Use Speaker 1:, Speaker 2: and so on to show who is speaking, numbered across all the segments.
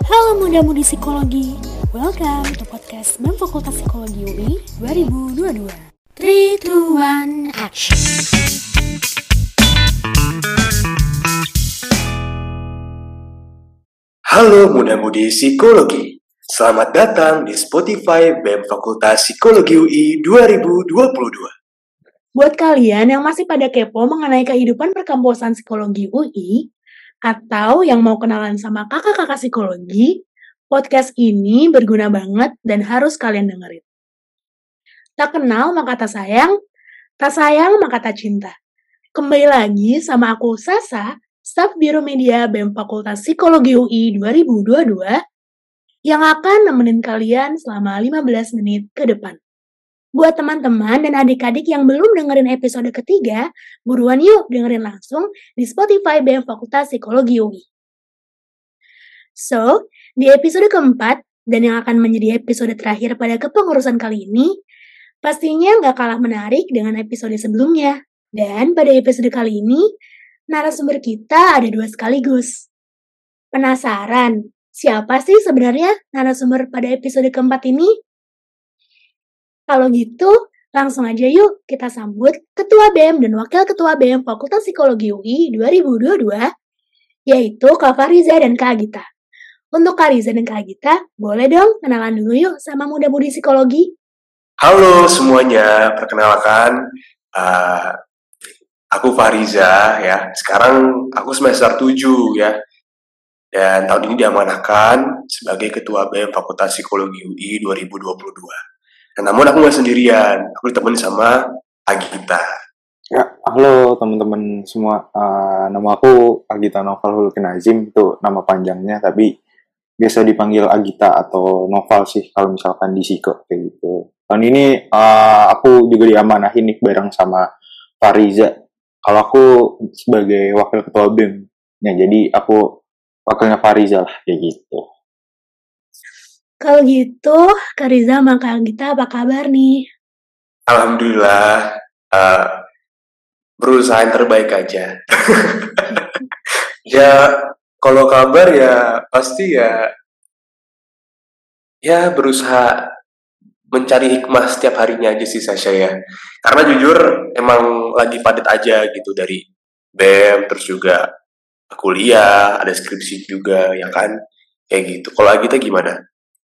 Speaker 1: Halo muda-mudi psikologi, welcome to podcast BEM Fakultas Psikologi UI 2022. 3, 2, 1, action.
Speaker 2: Halo muda-mudi psikologi, selamat datang di Spotify BEM Fakultas Psikologi UI 2022.
Speaker 1: Buat kalian yang masih pada kepo mengenai kehidupan perkampusan psikologi UI, atau yang mau kenalan sama kakak-kakak psikologi, podcast ini berguna banget dan harus kalian dengerin. Tak kenal maka tak sayang maka tak cinta. Kembali lagi sama aku Sasa, staf Biro Media BEM Fakultas Psikologi UI 2022, yang akan nemenin kalian selama 15 menit ke depan. Buat teman-teman dan adik-adik yang belum dengerin episode ketiga, buruan yuk dengerin langsung di Spotify BEM Fakultas Psikologi UI. So, di episode keempat, dan yang akan menjadi episode terakhir pada kepengurusan kali ini, pastinya nggak kalah menarik dengan episode sebelumnya. Dan pada episode kali ini, narasumber kita ada 2 sekaligus. Penasaran, siapa sih sebenarnya narasumber pada episode keempat ini? Kalau gitu, langsung aja yuk kita sambut Ketua BEM dan Wakil Ketua BEM Fakultas Psikologi UI 2022, yaitu Kak Fariza dan Kak Agita. Untuk Kak Riza dan Kak Agita, boleh dong kenalan dulu yuk sama muda-mudi psikologi.
Speaker 2: Halo semuanya, perkenalkan, aku Fariza ya. Sekarang aku semester 7 ya. Dan tahun ini diamanahkan sebagai Ketua BEM Fakultas Psikologi UI 2022. Dan namun aku nggak sendirian, aku ditemani sama Agita.
Speaker 3: Ya, halo teman-teman semua. Nama aku Agita Noval Hulukin Azim, itu nama panjangnya, tapi biasa dipanggil Agita atau Noval sih kalau misalkan di Psiko kayak gitu. Tahun ini aku juga diamanahin nih bareng sama Fariza. Kalau aku sebagai wakil ketua BEM, ya jadi aku wakilnya Fariza lah kayak gitu.
Speaker 1: Kalau gitu, Kak Riza sama Kak Agita apa kabar nih?
Speaker 2: Alhamdulillah, berusaha yang terbaik aja. Ya, kalau kabar ya pasti ya berusaha mencari hikmah setiap harinya aja sih Sasha ya. Karena jujur emang lagi padat aja gitu dari BEM, terus juga kuliah, ada skripsi juga ya kan, kayak gitu. Kalau Agita gimana?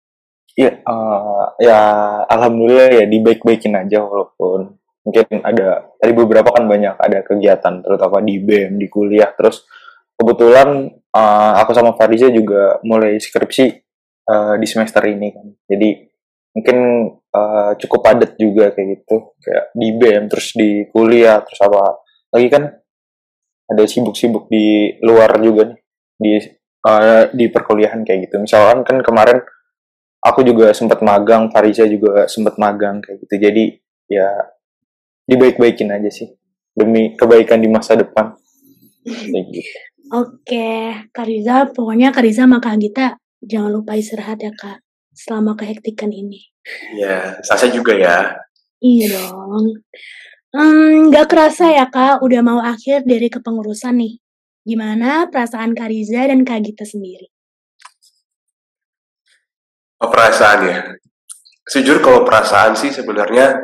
Speaker 3: Ya alhamdulillah ya dibaik-baikin aja, walaupun mungkin ada dari beberapa kan banyak ada kegiatan terutama di BEM, di kuliah. Terus kebetulan aku sama Fariza juga mulai skripsi di semester ini kan. Jadi mungkin cukup padat juga kayak gitu, kayak di BEM terus di kuliah, terus apa lagi kan ada sibuk-sibuk di luar juga nih di perkuliahan kayak gitu. Misalkan kan kemarin aku juga sempat magang, Fariza juga sempat magang kayak gitu. Jadi ya dibaik-baikin aja sih demi kebaikan di masa depan.
Speaker 1: Oke, Kak Riza, pokoknya Kak Riza sama Kak Agita jangan lupa istirahat ya Kak, selama kehektikan ini.
Speaker 2: Ya, Sasha juga ya.
Speaker 1: Iya dong. Gak kerasa ya Kak, udah mau akhir dari kepengurusan nih. Gimana perasaan Kak Riza dan Kak Agita sendiri?
Speaker 2: Perasaan ya. Sejujur kalau perasaan sih sebenarnya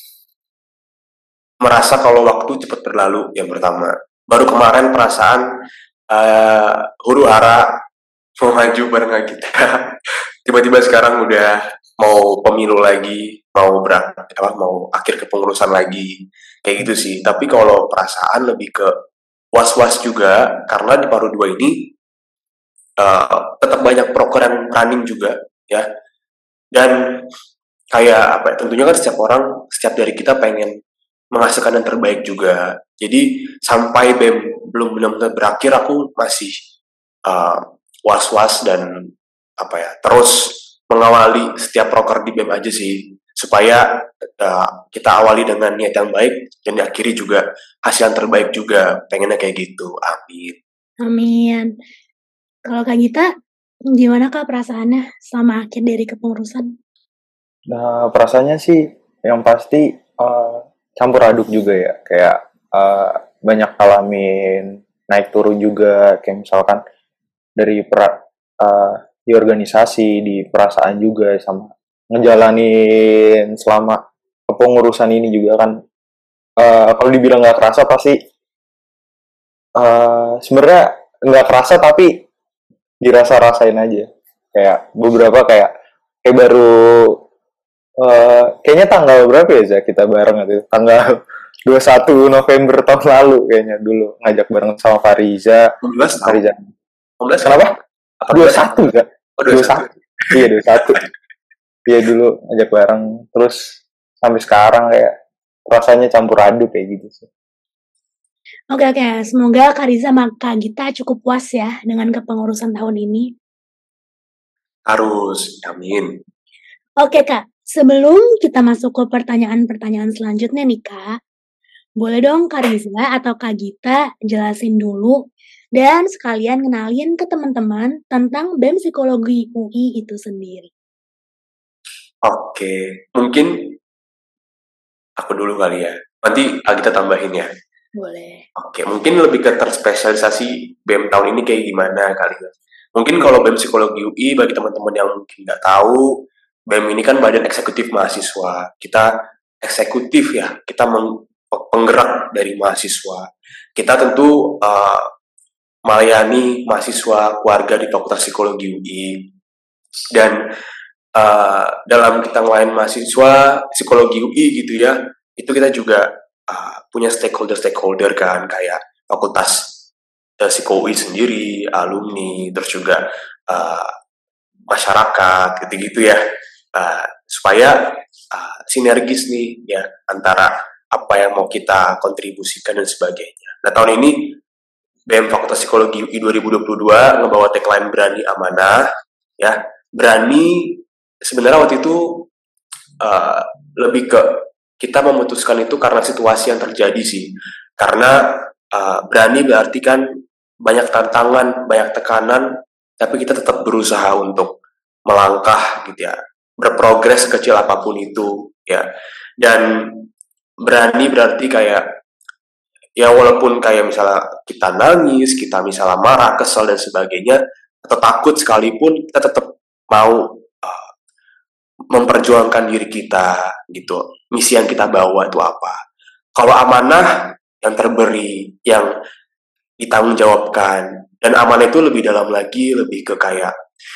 Speaker 2: merasa kalau waktu cepat berlalu yang pertama. Baru kemarin perasaan huru hara mau maju bareng kita. Tiba-tiba sekarang udah mau pemilu lagi, mau akhir kepengurusan lagi, kayak gitu sih. Tapi kalau perasaan lebih ke was-was juga karena di paruh 2 ini tetap banyak proker yang running juga ya. Dan kayak apa ya, tentunya kan setiap dari kita pengen menghasilkan yang terbaik juga. Jadi sampai BEM belum benar-benar berakhir, aku masih was-was dan terus mengawali setiap proker di BEM aja sih, supaya kita awali dengan niat yang baik dan diakhiri juga hasil yang terbaik juga. Pengennya kayak gitu. Amin.
Speaker 1: Amin. Kalau Kak Gita, gimana Kak perasaannya selama akhir dari kepengurusan?
Speaker 3: Nah, perasaannya sih yang pasti campur aduk juga ya. Kayak banyak ngalamin naik turun juga. Kayak misalkan dari di organisasi, di perasaan juga, sama ngejalanin selama kepengurusan ini juga kan. Kalau dibilang nggak kerasa pasti sebenarnya nggak kerasa, tapi dirasa-rasain aja. Kayak beberapa kayak baru kayaknya tanggal berapa ya Zak, kita bareng itu tanggal 21 November tahun lalu kayaknya, dulu ngajak bareng sama Fariza.
Speaker 2: 19 tahun.
Speaker 3: Fariza
Speaker 2: 19
Speaker 3: kenapa?
Speaker 2: 18.
Speaker 3: 21 Zak.
Speaker 2: Oh, 21.
Speaker 3: Iya 21. Iya dulu ngajak bareng, terus sampai sekarang kayak rasanya campur aduk kayak gitu sih.
Speaker 1: Oke, semoga Kak Riza sama Kak Gita cukup puas ya dengan kepengurusan tahun ini.
Speaker 2: Harus, amin.
Speaker 1: Oke Kak, sebelum kita masuk ke pertanyaan-pertanyaan selanjutnya nih Kak, boleh dong Kak Riza atau Kak Gita jelasin dulu dan sekalian kenalin ke teman-teman tentang BEM Psikologi UI itu sendiri.
Speaker 2: Oke, mungkin aku dulu kali ya. Nanti kita tambahin ya.
Speaker 1: Boleh.
Speaker 2: Oke, mungkin lebih ke terspesialisasi BEM tahun ini kayak gimana kali ya. Mungkin kalau BEM Psikologi UI, bagi teman-teman yang mungkin nggak tahu, BEM ini kan badan eksekutif mahasiswa. Kita eksekutif ya, kita penggerak dari mahasiswa. Kita tentu melayani mahasiswa keluarga di Fakultas Psikologi UI. Dan dalam kita melayani mahasiswa psikologi UI gitu ya, itu kita juga punya stakeholder kan, kayak Fakultas Psiko UI sendiri, alumni, terus juga masyarakat gitu-gitu ya, supaya sinergis nih ya antara apa yang mau kita kontribusikan dan sebagainya. Nah, tahun ini BEM Fakultas Psikologi UI 2022 ngebawa tagline berani amanah ya. Berani sebenarnya waktu itu lebih ke kita memutuskan itu karena situasi yang terjadi sih. Karena berani berarti kan banyak tantangan, banyak tekanan, tapi kita tetap berusaha untuk melangkah gitu ya, berprogres kecil apapun itu ya. Dan berani berarti kayak ya walaupun kayak misalnya kita nangis, kita misalnya marah, kesel dan sebagainya, atau takut sekalipun, kita tetap mau memperjuangkan diri kita gitu. Misi yang kita bawa itu apa? Kalau amanah yang terberi, yang ditanggungjawabkan, dan amanah itu lebih dalam lagi, lebih ke kayak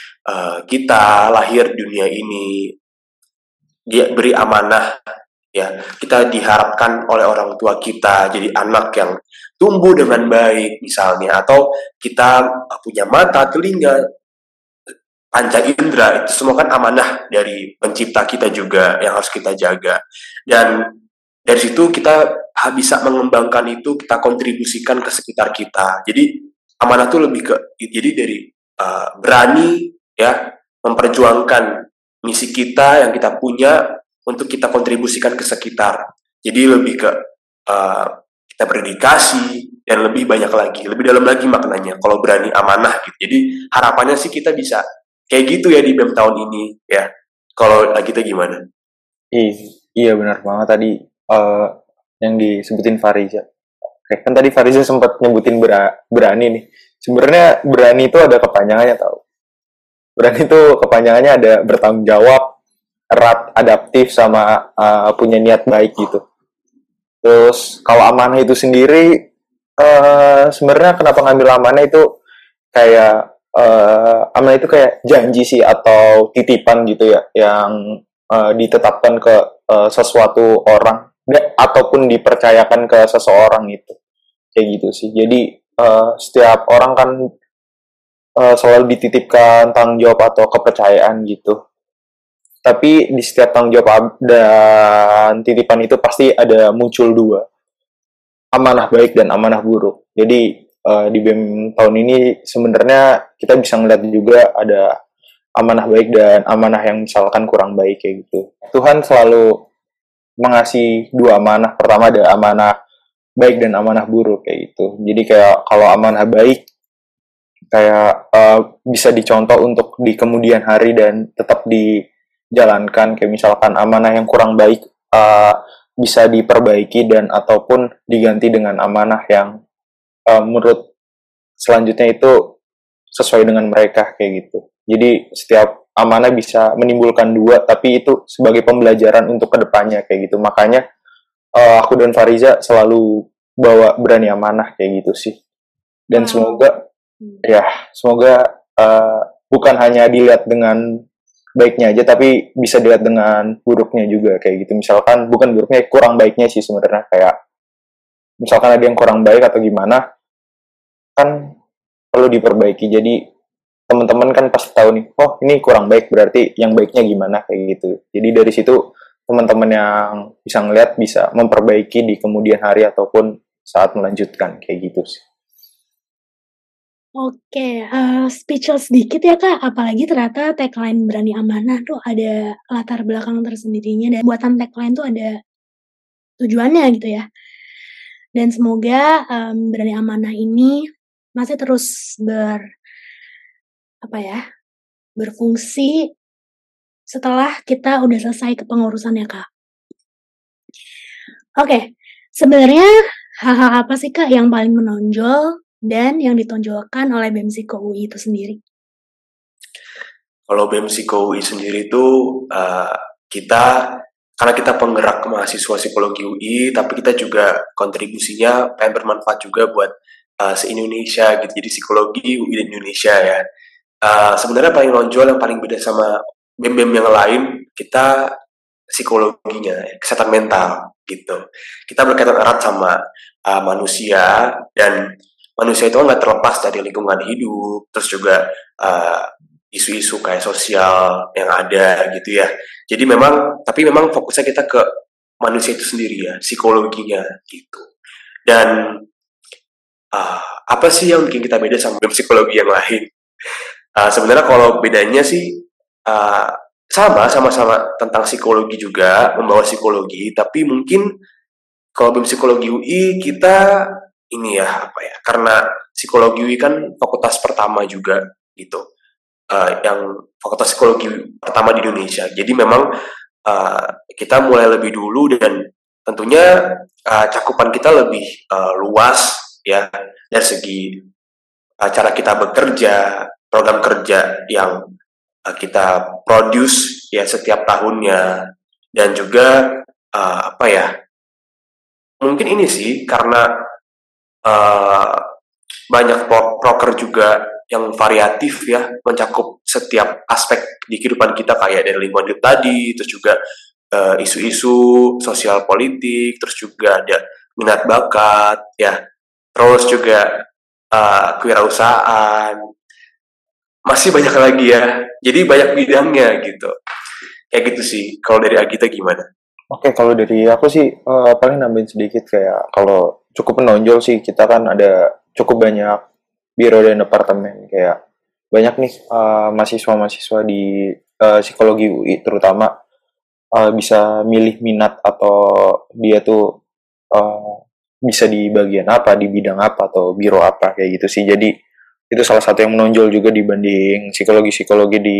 Speaker 2: kita lahir di dunia ini, dia beri amanah ya, kita diharapkan oleh orang tua kita jadi anak yang tumbuh dengan baik misalnya, atau kita punya mata, telinga, panca indera, itu semua kan amanah dari pencipta kita juga yang harus kita jaga. Dan dari situ kita bisa mengembangkan itu, kita kontribusikan ke sekitar kita. Jadi amanah itu lebih ke, jadi dari berani ya memperjuangkan misi kita yang kita punya untuk kita kontribusikan ke sekitar. Jadi lebih ke kita berdedikasi dan lebih banyak lagi, lebih dalam lagi maknanya kalau berani amanah gitu. Jadi harapannya sih kita bisa kayak gitu ya di BEM tahun ini ya. Kalau kita gimana?
Speaker 3: Iya benar banget tadi yang disebutin Fariza. Oke, kan tadi Fariza sempat nyebutin berani nih. Sebenarnya berani itu ada kepanjangannya tau. Berani itu kepanjangannya ada bertanggung jawab, erat, adaptif, sama punya niat baik gitu. Terus kalau amanah itu sendiri, sebenarnya kenapa ngambil amanah itu kayak amanah itu kayak janji sih atau titipan gitu ya, yang ditetapkan ke sesuatu orang ataupun dipercayakan ke seseorang itu, kayak gitu sih. Jadi setiap orang kan selalu dititipkan tanggung jawab atau kepercayaan gitu. Tapi di setiap tanggung jawab dan titipan itu pasti ada muncul dua, amanah baik dan amanah buruk. Jadi di BEM tahun ini sebenarnya kita bisa ngeliat juga ada amanah baik dan amanah yang misalkan kurang baik kayak gitu. Tuhan selalu mengasih dua amanah. Pertama ada amanah baik dan amanah buruk kayak gitu. Jadi kayak kalau amanah baik kayak bisa dicontoh untuk di kemudian hari dan tetap dijalankan. Kayak misalkan amanah yang kurang baik bisa diperbaiki dan ataupun diganti dengan amanah yang menurut selanjutnya itu sesuai dengan mereka kayak gitu. Jadi setiap amanah bisa menimbulkan dua, tapi itu sebagai pembelajaran untuk kedepannya kayak gitu. Makanya aku dan Fariza selalu bawa berani amanah kayak gitu sih. Dan semoga bukan hanya dilihat dengan baiknya aja, tapi bisa dilihat dengan buruknya juga kayak gitu. Misalkan bukan buruknya, kurang baiknya sih sebenarnya, kayak misalkan ada yang kurang baik atau gimana, kan perlu diperbaiki. Jadi teman-teman kan pasti tahu nih, oh ini kurang baik, berarti yang baiknya gimana kayak gitu. Jadi dari situ teman-teman yang bisa ngeliat bisa memperbaiki di kemudian hari ataupun saat melanjutkan kayak gitu sih.
Speaker 1: Oke, speechless dikit ya Kak, apalagi ternyata tagline Berani Amanah tuh ada latar belakang tersendirinya dan buatan tagline tuh ada tujuannya gitu ya. Dan semoga, Berani Amanah ini masih terus berfungsi setelah kita udah selesai kepengurusannya Kak. Oke, sebenarnya hal-hal apa sih Kak yang paling menonjol dan yang ditonjolkan oleh BEM Psiko UI itu sendiri?
Speaker 2: Kalau BEM Psiko UI sendiri itu karena kita penggerak mahasiswa psikologi UI, tapi kita juga kontribusinya pengen bermanfaat juga buat se-Indonesia gitu. Jadi psikologi UI di Indonesia ya. Sebenarnya paling nonjol yang paling beda sama BEM-BEM yang lain, kita psikologinya, kesehatan mental gitu. Kita berkaitan erat sama manusia, dan manusia itu nggak terlepas dari lingkungan hidup, terus juga isu-isu kayak sosial yang ada gitu ya. Jadi tapi memang fokusnya kita ke manusia itu sendiri ya, psikologinya gitu. Dan apa sih yang bikin kita beda sama psikologi yang lain? Sebenarnya kalau bedanya sih sama-sama tentang psikologi juga, membawa psikologi, tapi mungkin kalau BEM Psikologi UI kita ini ya karena psikologi UI kan fakultas pertama juga gitu, yang fakultas psikologi pertama di Indonesia. Jadi memang kita mulai lebih dulu dan tentunya cakupan kita lebih luas ya dari segi cara kita bekerja, program kerja yang kita produce ya setiap tahunnya, dan juga mungkin ini sih karena banyak proker juga yang variatif ya, mencakup setiap aspek di kehidupan kita, kayak dari lingkungan hidup tadi, terus juga isu-isu sosial politik, terus juga ada minat bakat ya, terus juga kewirausahaan, masih banyak lagi ya, jadi banyak bidangnya gitu. Kayak gitu sih. Kalau dari Agita gimana?
Speaker 3: Oke, kalau dari aku sih paling nambahin sedikit, kayak kalau cukup menonjol sih, kita kan ada cukup banyak biro dan departemen, kayak banyak nih mahasiswa-mahasiswa di psikologi UI terutama bisa milih minat atau dia tuh bisa di bagian apa, di bidang apa, atau biro apa kayak gitu sih. Jadi itu salah satu yang menonjol juga dibanding psikologi-psikologi di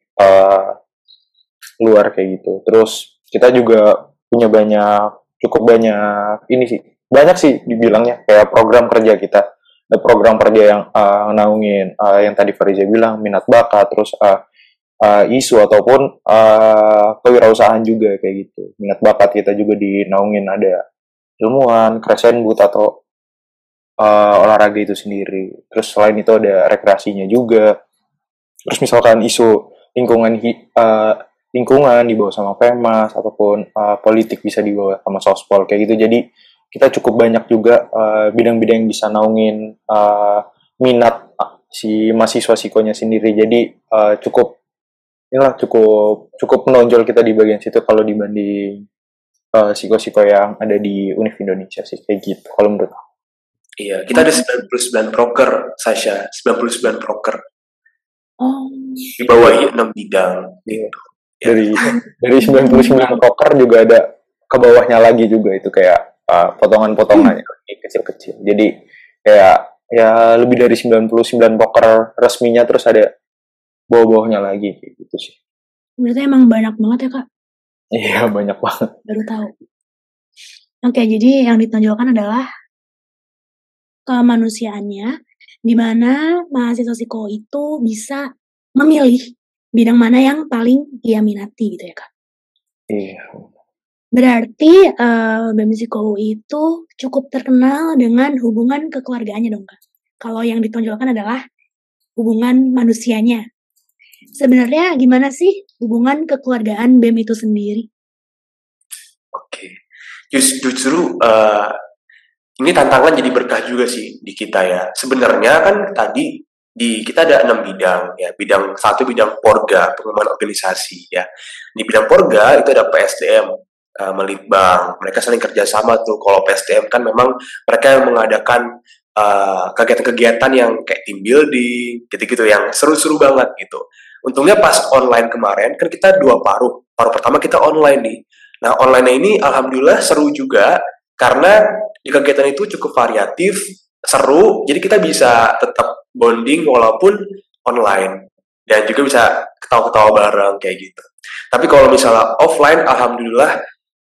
Speaker 3: luar kayak gitu. Terus kita juga punya cukup banyak ini sih, banyak sih dibilangnya, kayak program kerja kita. Ada program kerja yang naungin yang tadi Fariza bilang, minat bakat, terus isu ataupun kewirausahaan juga kayak gitu. Minat bakat kita juga dinaungin, ada ilmuwan, Crescent atau olahraga itu sendiri. Terus selain itu ada rekreasinya juga. Terus misalkan isu lingkungan dibawa sama Pemas, ataupun politik bisa dibawa sama Sospol kayak gitu. Jadi kita cukup banyak juga bidang-bidang yang bisa naungin minat si mahasiswa psikonya sendiri. Jadi cukup menonjol kita di bagian situ kalau dibanding psiko-psiko yang ada di Univ Indonesia sih, kayak gitu kalau menurut aku.
Speaker 2: Iya, kita ada 99 proker, Sasha, 99 proker. Dibawahi 6 bidang gitu.
Speaker 3: Ya. Dari 99 proker juga ada ke bawahnya lagi juga, itu kayak potongan-potongannya kecil-kecil. Jadi kayak ya lebih dari 99 proker resminya, terus ada bawah-bawahnya lagi gitu sih.
Speaker 1: Berarti emang banyak banget ya Kak?
Speaker 3: Iya, banyak banget.
Speaker 1: Baru tahu. Oke, jadi yang ditonjolkan adalah kemanusiaannya, di mana mahasiswa psiko itu bisa memilih bidang mana yang paling ia minati gitu ya Kak.
Speaker 3: Iya.
Speaker 1: Berarti BEM Psiko UI itu cukup terkenal dengan hubungan kekeluargaannya dong Kak. Kalau yang ditonjolkan adalah hubungan manusianya. Sebenarnya gimana sih hubungan kekeluargaan BEM itu sendiri?
Speaker 2: Oke. Justru ini tantangan jadi berkah juga sih di kita ya. Sebenarnya kan tadi di kita ada 6 bidang ya. Bidang satu bidang porga, pengembangan organisasi ya. Di bidang porga itu ada PSDM, Melitbang. Mereka saling kerjasama tuh. Kalau PSDM kan memang mereka yang mengadakan kegiatan-kegiatan yang kayak team building, gitu-gitu yang seru-seru banget gitu. Untungnya pas online kemarin kan kita 2 paruh. Paruh pertama kita online nih. Nah, online ini alhamdulillah seru juga karena di kegiatan itu cukup variatif, seru, jadi kita bisa tetap bonding walaupun online dan juga bisa ketawa-ketawa bareng kayak gitu. Tapi kalau misalnya offline, alhamdulillah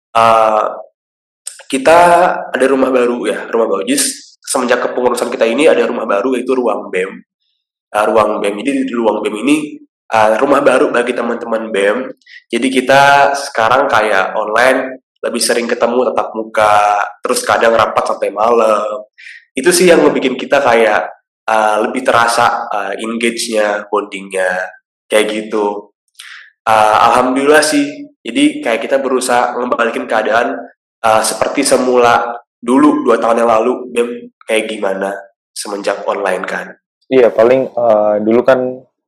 Speaker 2: kita ada rumah baru ya, rumah baru. Jadi semenjak kepengurusan kita ini ada rumah baru yaitu ruang BEM. Ruang BEM. Jadi di ruang BEM ini rumah baru bagi teman-teman BEM. Jadi kita sekarang kayak online lebih sering ketemu tatap muka, terus kadang rapat sampai malam. Itu sih yang ngebikin kita kayak lebih terasa engage-nya, bonding-nya, kayak gitu. Alhamdulillah sih. Jadi kayak kita berusaha ngembalikin keadaan seperti semula dulu 2 tahun yang lalu BEM kayak gimana semenjak online kan.
Speaker 3: Iya, paling dulu kan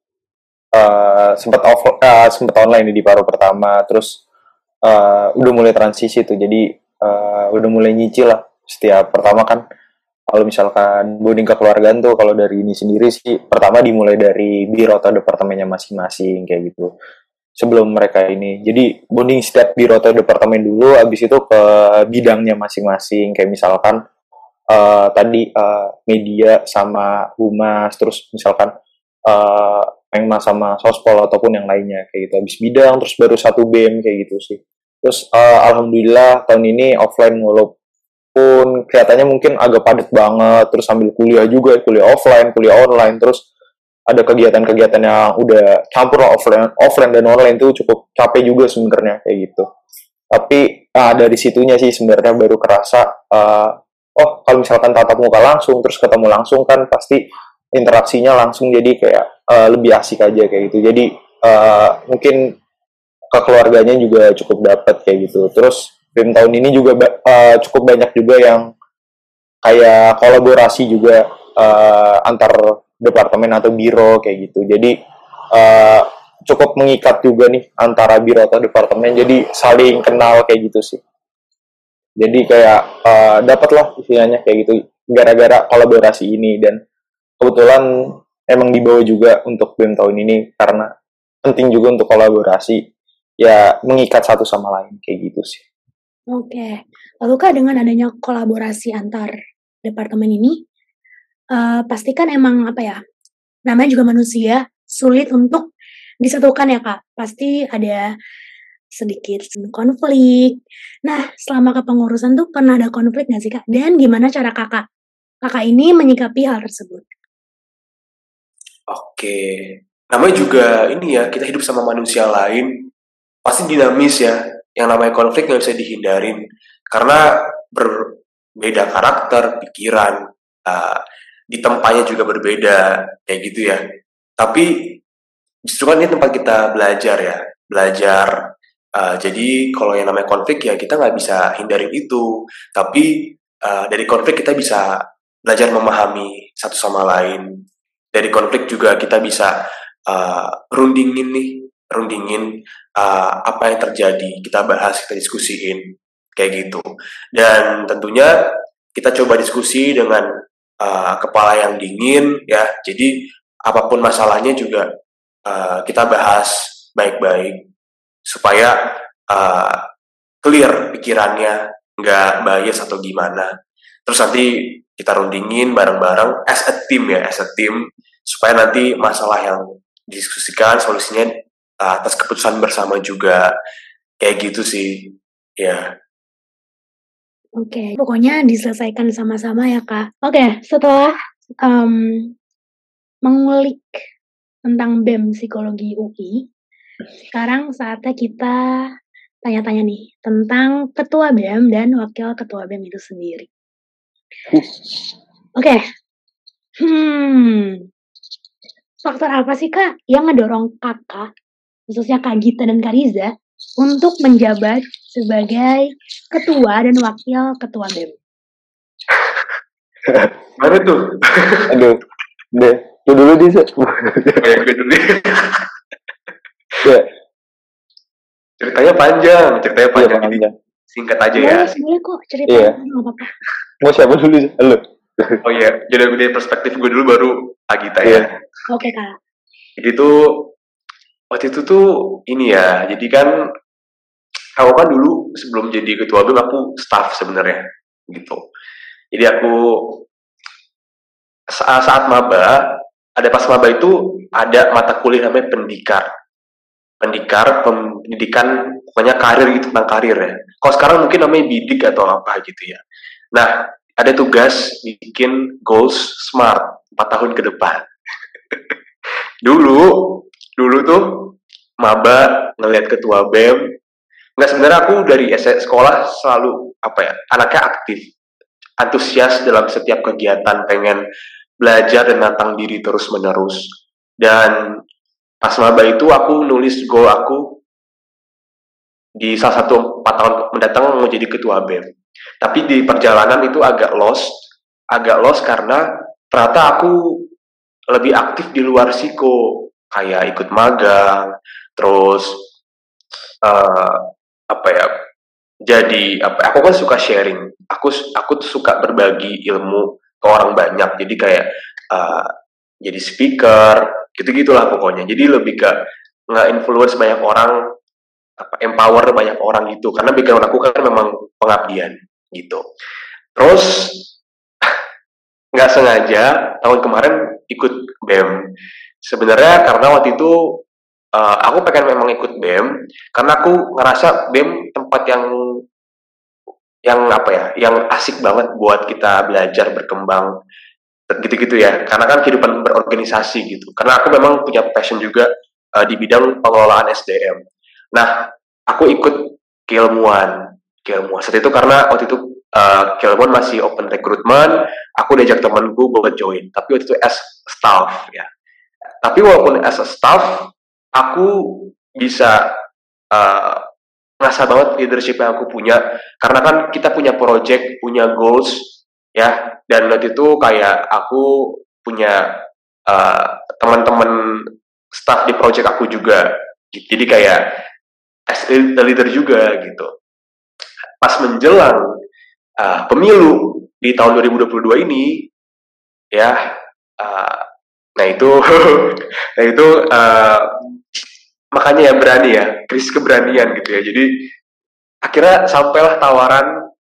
Speaker 3: sempat online di paruh pertama, terus udah mulai transisi tuh, jadi udah mulai nyicil lah. Setiap pertama kan kalau misalkan bonding kekeluargaan tuh, kalau dari ini sendiri sih pertama dimulai dari biro atau departemennya masing-masing kayak gitu sebelum mereka ini. Jadi bonding setiap biro atau departemen dulu, abis itu ke bidangnya masing-masing. Kayak misalkan tadi media sama humas, terus misalkan Pengmas sama sospol ataupun yang lainnya kayak gitu. Abis bidang terus baru satu BEM kayak gitu sih. Terus alhamdulillah tahun ini offline, walaupun kelihatannya mungkin agak padat banget, terus sambil kuliah juga, kuliah offline, kuliah online, terus ada kegiatan-kegiatan yang udah campur lah, offline dan online tuh cukup capek juga sebenarnya kayak gitu. Tapi dari situnya sih sebenarnya baru kerasa, oh kalau misalkan tatap muka langsung terus ketemu langsung kan pasti interaksinya langsung, jadi kayak lebih asik aja kayak gitu. Jadi mungkin kekeluarganya juga cukup dapat kayak gitu. Terus BEM tahun ini juga cukup banyak juga yang kayak kolaborasi juga antar departemen atau biro kayak gitu. Jadi cukup mengikat juga nih antara biro atau departemen. Jadi saling kenal kayak gitu sih. Jadi kayak dapatlah istilahnya kayak gitu gara-gara kolaborasi ini, dan kebetulan emang dibawa juga untuk BEM tahun ini karena penting juga untuk kolaborasi, ya mengikat satu sama lain kayak gitu sih.
Speaker 1: Oke, lalu Kak dengan adanya kolaborasi antar departemen ini, pasti kan emang apa ya, namanya juga manusia, sulit untuk disatukan ya Kak. Pasti ada sedikit konflik. Nah, selama kepengurusan tuh pernah ada konflik nggak sih Kak? Dan gimana cara Kakak ini menyikapi hal tersebut?
Speaker 2: Oke. Namanya juga ini ya, kita hidup sama manusia lain, pasti dinamis ya. Yang namanya konflik nggak bisa dihindarin. Karena berbeda karakter, pikiran, di tempatnya juga berbeda, kayak gitu ya. Tapi justru kan ini tempat kita belajar ya, belajar. Jadi kalau yang namanya konflik ya kita nggak bisa hindarin itu. Tapi dari konflik kita bisa belajar memahami satu sama lain. Dari konflik juga kita bisa rundingin apa yang terjadi, kita bahas, kita diskusiin kayak gitu. Dan tentunya kita coba diskusi dengan kepala yang dingin ya. Jadi apapun masalahnya juga kita bahas baik-baik supaya clear pikirannya, nggak bias atau gimana. Terus nanti kita rundingin bareng-bareng as a team supaya nanti masalah yang didiskusikan solusinya atas keputusan bersama juga, kayak gitu sih ya.
Speaker 1: Oke, pokoknya diselesaikan sama-sama ya Kak. Oke, setelah mengulik tentang BEM Psikologi UI. Sekarang saatnya kita tanya-tanya nih tentang ketua BEM dan wakil ketua BEM itu sendiri. Oke. Faktor apa sih Kak yang ngedorong Kakak, khususnya Kak Gita dan Kak Riza, untuk menjabat sebagai ketua dan wakil ketua BEM?
Speaker 2: Mana tuh?
Speaker 3: Aduh, deh, lu dulu bisa.
Speaker 2: Kayak gue dulu.
Speaker 3: Ya,
Speaker 2: Ceritanya panjang.
Speaker 3: iya
Speaker 2: Jadi
Speaker 3: panjang.
Speaker 2: singkat aja ya.
Speaker 1: Boleh kok ceritanya, nggak apa-apa.
Speaker 3: Mau siapa dulu? Lu.
Speaker 2: Oh iya, jadi dari perspektif gue dulu baru Agita
Speaker 3: Iya.
Speaker 2: ya.
Speaker 1: Oke Kak.
Speaker 2: Jadi tuh waktu itu tuh ini ya. Jadi kan aku kan dulu sebelum jadi ketua BEM aku staff sebenarnya gitu. Jadi aku saat maba, ada pas maba itu ada mata kuliah namanya pendidikan pokoknya karir gitu, tentang karir ya. Kalau sekarang mungkin namanya bidik atau apa gitu ya. Nah, ada tugas bikin goals smart 4 tahun ke depan. dulu tuh maba ngelihat ketua BEM. Nggak, sebenarnya aku dari sekolah selalu anaknya aktif, antusias dalam setiap kegiatan, pengen belajar dan nantang diri terus menerus. Dan pas maba itu aku nulis goal aku di salah satu 4 tahun mendatang mau jadi ketua BEM. Tapi di perjalanan itu agak lost karena ternyata aku lebih aktif di luar Siko, kayak ikut magang, terus aku kan suka sharing, aku tuh suka berbagi ilmu ke orang banyak, jadi kayak jadi speaker gitu-gitulah pokoknya. Jadi lebih ke nge-influence banyak orang, empower banyak orang gitu, karena background aku kan memang pengabdian gitu. Terus nggak sengaja tahun kemarin ikut BEM sebenarnya karena waktu itu aku pengen memang ikut BEM karena aku ngerasa BEM tempat yang asik banget buat kita belajar, berkembang gitu-gitu ya, karena kan kehidupan berorganisasi gitu, karena aku memang punya passion juga di bidang pengelolaan SDM. Nah, aku ikut keilmuan saat itu karena waktu itu keilmuan masih open recruitment, aku diajak temanku buat join, tapi waktu itu as staff ya. Tapi walaupun as a staff, aku bisa ngerasa banget leadership yang aku punya, karena kan kita punya project, punya goals ya, dan waktu itu kayak aku punya teman-teman staff di project aku juga, jadi kayak as a leader juga gitu. Pas menjelang pemilu di tahun 2022 ini ya, nah itu makanya ya berani ya, krisis keberanian gitu ya. Jadi akhirnya sampailah tawaran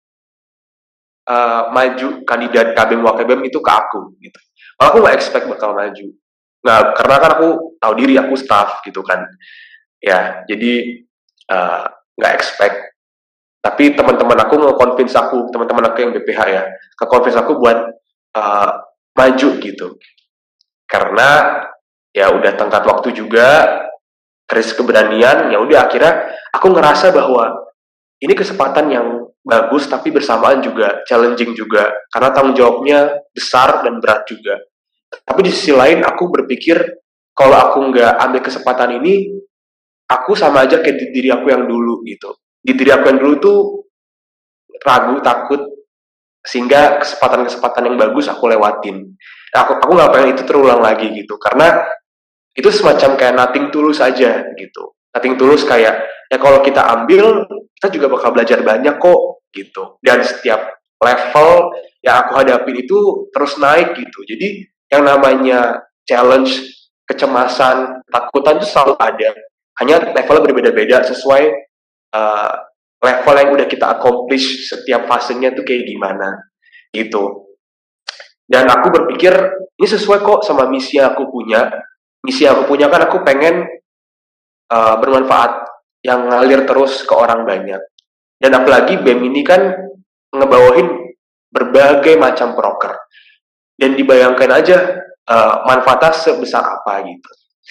Speaker 2: maju kandidat KBEM Wakil itu ke aku gitu. Aku nggak expect bakal maju. Nah, karena kan aku tahu diri aku staff gitu kan. Ya, jadi nggak expect. Tapi teman-teman aku nge-convince aku, teman-teman aku yang BPH ya, nge-convince aku buat maju gitu. Karena ya udah tenggat waktu juga, krisis keberanian, ya udah akhirnya aku ngerasa bahwa ini kesempatan yang bagus tapi bersamaan juga challenging juga karena tanggung jawabnya besar dan berat juga. Tapi di sisi lain aku berpikir kalau aku nggak ambil kesempatan ini, aku sama aja kayak diri aku yang dulu gitu. Di diri aku yang dulu tuh ragu, takut, sehingga kesempatan-kesempatan yang bagus aku lewatin. Aku nggak pengen itu terulang lagi gitu, karena itu semacam kayak nothing tulus aja gitu. Nothing tulus kayak ya kalau kita ambil, kita juga bakal belajar banyak kok gitu. Dan setiap level yang aku hadapin itu terus naik gitu. Jadi yang namanya challenge, kecemasan, takutan itu selalu ada. Hanya levelnya berbeda-beda sesuai level yang udah kita accomplish, setiap fasenya tuh kayak gimana gitu. Dan aku berpikir ini sesuai kok sama misi yang aku punya. Misi yang aku punya kan aku pengen bermanfaat yang ngalir terus ke orang banyak. Dan apalagi BEM ini kan ngebawahin berbagai macam proker. Dan dibayangkan aja manfaatnya sebesar apa gitu.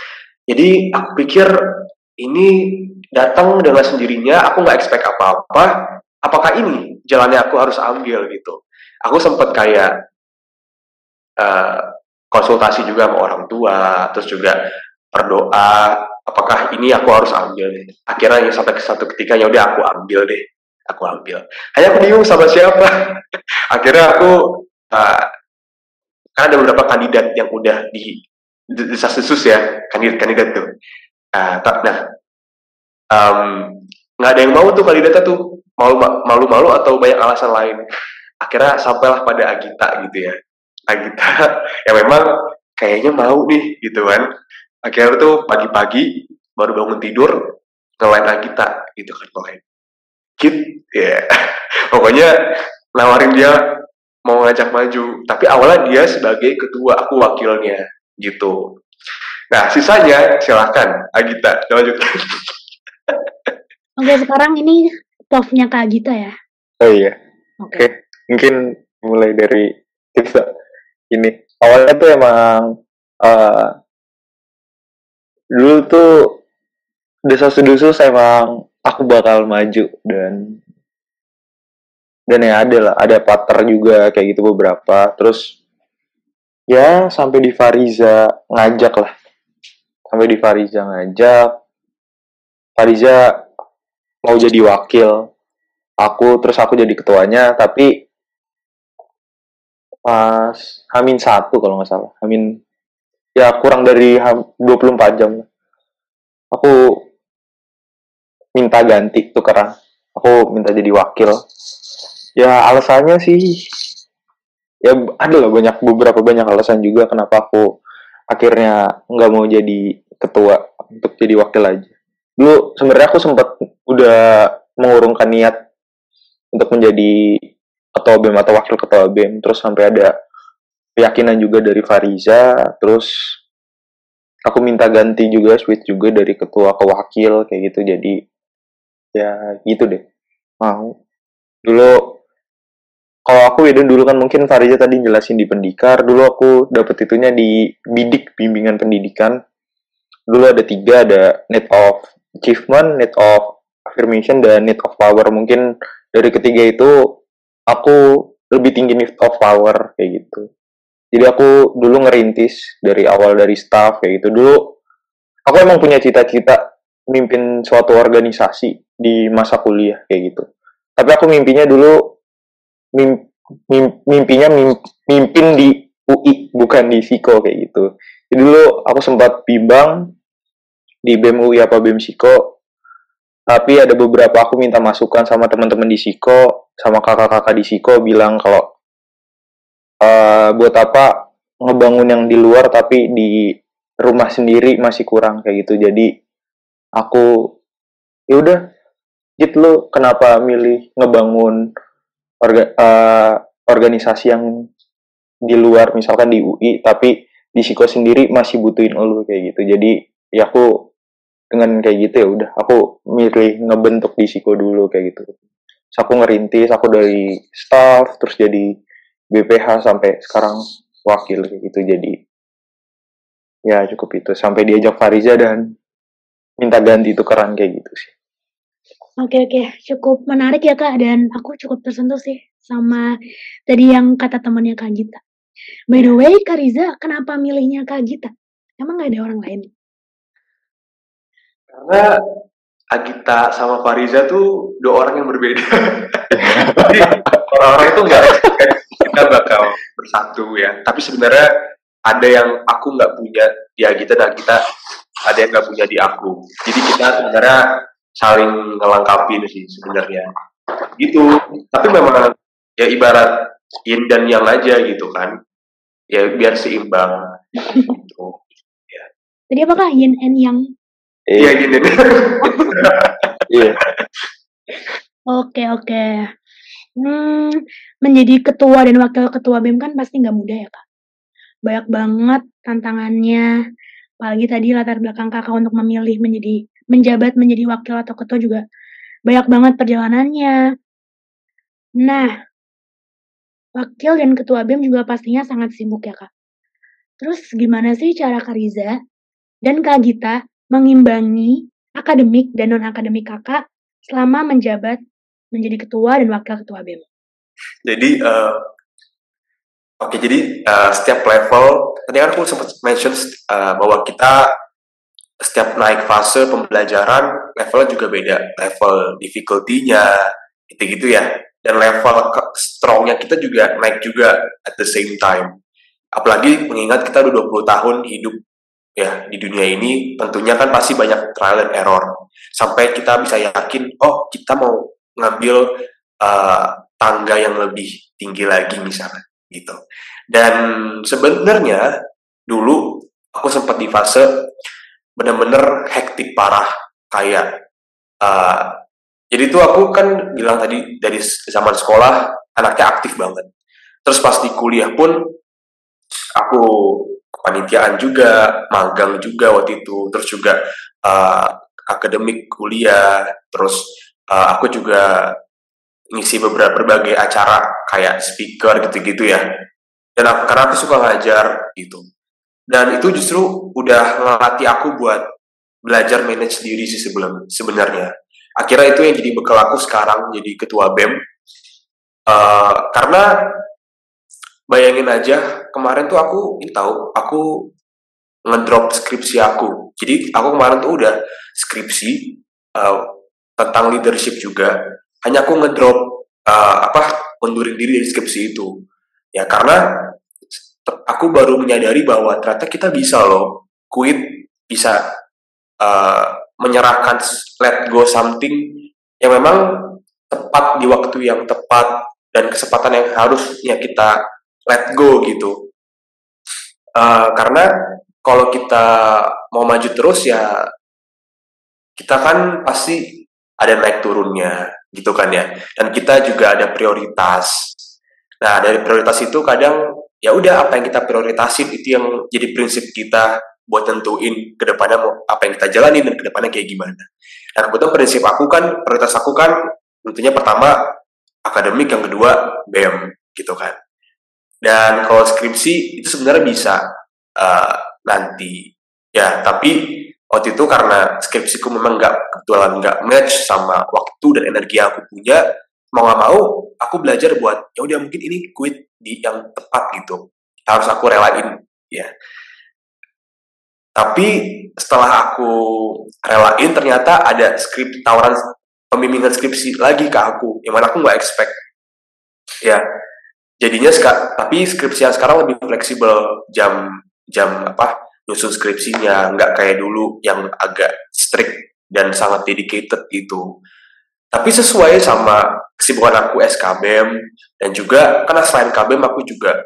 Speaker 2: Jadi aku pikir ini datang dengan sendirinya, aku nggak expect apa-apa. Apakah ini jalannya aku harus ambil gitu? Aku sempat kayak eh, konsultasi juga sama orang tua, terus juga berdoa, apakah ini aku harus ambil deh. Akhirnya sampai ke satu ketika ya udah aku ambil deh, aku ambil. Hanya aku bingung sama siapa. Akhirnya aku eh, karena ada beberapa kandidat yang udah di desas-desus ya, kandidat-kandidat tuh. Nah, em, nggak ada yang mau tuh kandidatnya tuh, malu-malu atau banyak alasan lain. Akhirnya sampailah pada Agita gitu ya. Agita yang memang kayaknya mau nih gitu kan. Akhirnya tuh pagi-pagi baru bangun tidur ngelain Agita gitu kan, ngelain Kit ya. Pokoknya nawarin dia mau ngajak maju, tapi awalnya dia sebagai ketua, aku wakilnya gitu. Nah, sisanya silakan Agita lanjutkan.
Speaker 1: Oke, sekarang ini POV-nya Kak Gita ya.
Speaker 3: Oh iya.
Speaker 1: Oke.
Speaker 3: Oke, mungkin mulai dari kita ini. Awalnya tuh emang eh dulu tuh desas-desus emang aku bakal maju dan ya ada partner juga kayak gitu beberapa. Terus ya sampai di Fariza ngajak lah. Sampai di Fariza ngajak. Fariza mau jadi wakil aku, terus aku jadi ketuanya, tapi pas Hamin 1 kalau nggak salah. Ya kurang dari 24 jam. Aku minta ganti tukeran. Aku minta jadi wakil. Ya alasannya sih ya ada lah beberapa banyak alasan juga kenapa aku akhirnya nggak mau jadi ketua untuk jadi wakil aja. Dulu sebenarnya aku sempat udah mengurungkan niat untuk menjadi ketua BEM atau wakil ketua BEM, terus sampai ada keyakinan juga dari Fariza, terus aku minta ganti juga, switch juga dari ketua ke wakil kayak gitu. Jadi ya gitu deh, mau dulu. Kalau aku beda dulu kan, mungkin Fariza tadi jelasin di Pendikar, dulu aku dapet itunya di Bidik, bimbingan pendidikan. Dulu ada 3, ada Need of Achievement, Need of Affirmation, dan Need of Power. Mungkin dari ketiga itu aku lebih tinggi Need of Power kayak gitu. Jadi aku dulu ngerintis dari awal, dari staff kayak gitu. Dulu aku emang punya cita-cita mimpin suatu organisasi di masa kuliah kayak gitu. Tapi aku mimpinya dulu mimpinya mimpin di UI, bukan di Siko kayak gitu. Jadi dulu aku sempat bimbang di BEM UI apa BEM Siko, tapi ada beberapa aku minta masukan sama teman-teman di Siko, sama kakak-kakak di Siko bilang kalau buat apa ngebangun yang di luar tapi di rumah sendiri masih kurang kayak gitu. Jadi aku ya udah, gitu lo kenapa milih ngebangun organisasi yang di luar, misalkan di UI, tapi di Siko sendiri masih butuhin lo kayak gitu. Jadi ya aku dengan kayak gitu ya udah, aku milih ngebentuk di Siko dulu kayak gitu. Terus aku ngerintis, aku dari staff terus jadi BPH sampai sekarang wakil kayak gitu. Jadi ya cukup itu, sampai diajak Fariza dan minta ganti tukeran kayak gitu sih.
Speaker 1: Oke, cukup menarik ya Kak, dan aku cukup tersentuh sih sama tadi yang kata temannya Kak Gita. By the way, Kak Riza, kenapa milihnya Kak Gita? Emang nggak ada orang lain?
Speaker 2: Karena Agita sama Fariza tuh 2 orang yang berbeda. Jadi orang-orang itu nggak expect kita bakal bersatu ya. Tapi sebenarnya ada yang aku nggak punya di Agita, dan Agita ada yang nggak punya di aku. Jadi kita sebenarnya saling ngelengkapin sih sebenarnya. Gitu. Tapi memang ya ibarat yin dan yang aja gitu kan. Ya biar seimbang gitu. Ya.
Speaker 1: Tadi apakah yin and yang?
Speaker 2: Iya yin dan
Speaker 3: Iya.
Speaker 1: Oke. Menjadi ketua dan wakil ketua BEM kan pasti nggak mudah ya Kak. Banyak banget tantangannya. Apalagi tadi latar belakang Kakak untuk memilih menjabat menjadi wakil atau ketua juga banyak banget perjalanannya. Nah, wakil dan ketua BEM juga pastinya sangat sibuk ya Kak. Terus gimana sih cara Kak Riza dan Kak Gita mengimbangi akademik dan non-akademik Kakak selama menjabat menjadi ketua dan wakil ketua BEM?
Speaker 2: Jadi setiap level, tadi kan aku sempat mention bahwa kita setiap naik fase pembelajaran levelnya juga beda, level difficulty-nya gitu-gitu ya, dan level strong-nya kita juga naik juga at the same time. Apalagi mengingat kita udah 20 tahun hidup ya di dunia ini, tentunya kan pasti banyak trial and error sampai kita bisa yakin, oh kita mau ngambil tangga yang lebih tinggi lagi misalnya gitu. Dan sebenarnya dulu aku sempat di fase bener-bener hektik parah, kayak jadi tuh aku kan bilang tadi dari zaman sekolah anaknya aktif banget. Terus pas di kuliah pun aku kepanitiaan juga, magang juga waktu itu, terus juga uh, akademik kuliah, terus aku juga ngisi berbagai acara kayak speaker gitu-gitu ya. Dan karena aku suka ngajar gitu. Dan itu justru udah ngelatih aku buat belajar manage diri sih sebenarnya. Akhirnya itu yang jadi bekal aku sekarang jadi ketua BEM. Karena bayangin aja kemarin tuh aku ngedrop skripsi aku. Jadi aku kemarin tuh udah skripsi uh, tentang leadership juga. Hanya aku ngedrop mundurin diri dari skripsi itu. Ya karena aku baru menyadari bahwa ternyata kita bisa loh quit, bisa uh, menyerahkan let go something yang memang tepat di waktu yang tepat dan kesempatan yang harusnya kita let go gitu. Karena kalau kita mau maju terus ya kita kan pasti ada naik turunnya gitu kan ya. Dan kita juga ada prioritas. Nah dari prioritas itu kadang ya udah apa yang kita prioritasin itu yang jadi prinsip kita buat tentuin kedepannya mau apa yang kita jalani dan kedepannya kayak gimana. Dan kebetulan prioritas aku kan tentunya pertama akademik, yang kedua BEM gitu kan. Dan kalau skripsi itu sebenarnya bisa nanti ya, tapi waktu itu karena skripsiku memang kebetulan nggak match sama waktu dan energi yang aku punya, mau nggak mau aku belajar buat ya udah mungkin ini quit di yang tepat gitu, harus aku relain ya. Tapi setelah aku relain ternyata ada tawaran pembimbingan skripsi lagi ke aku yang mana aku nggak expect ya. Jadinya tapi skripsi yang sekarang lebih fleksibel, jam nyusun skripsinya, nggak kayak dulu yang agak strict dan sangat dedicated gitu. Tapi sesuai sama kesibukan aku SKBM dan juga karena selain KBM aku juga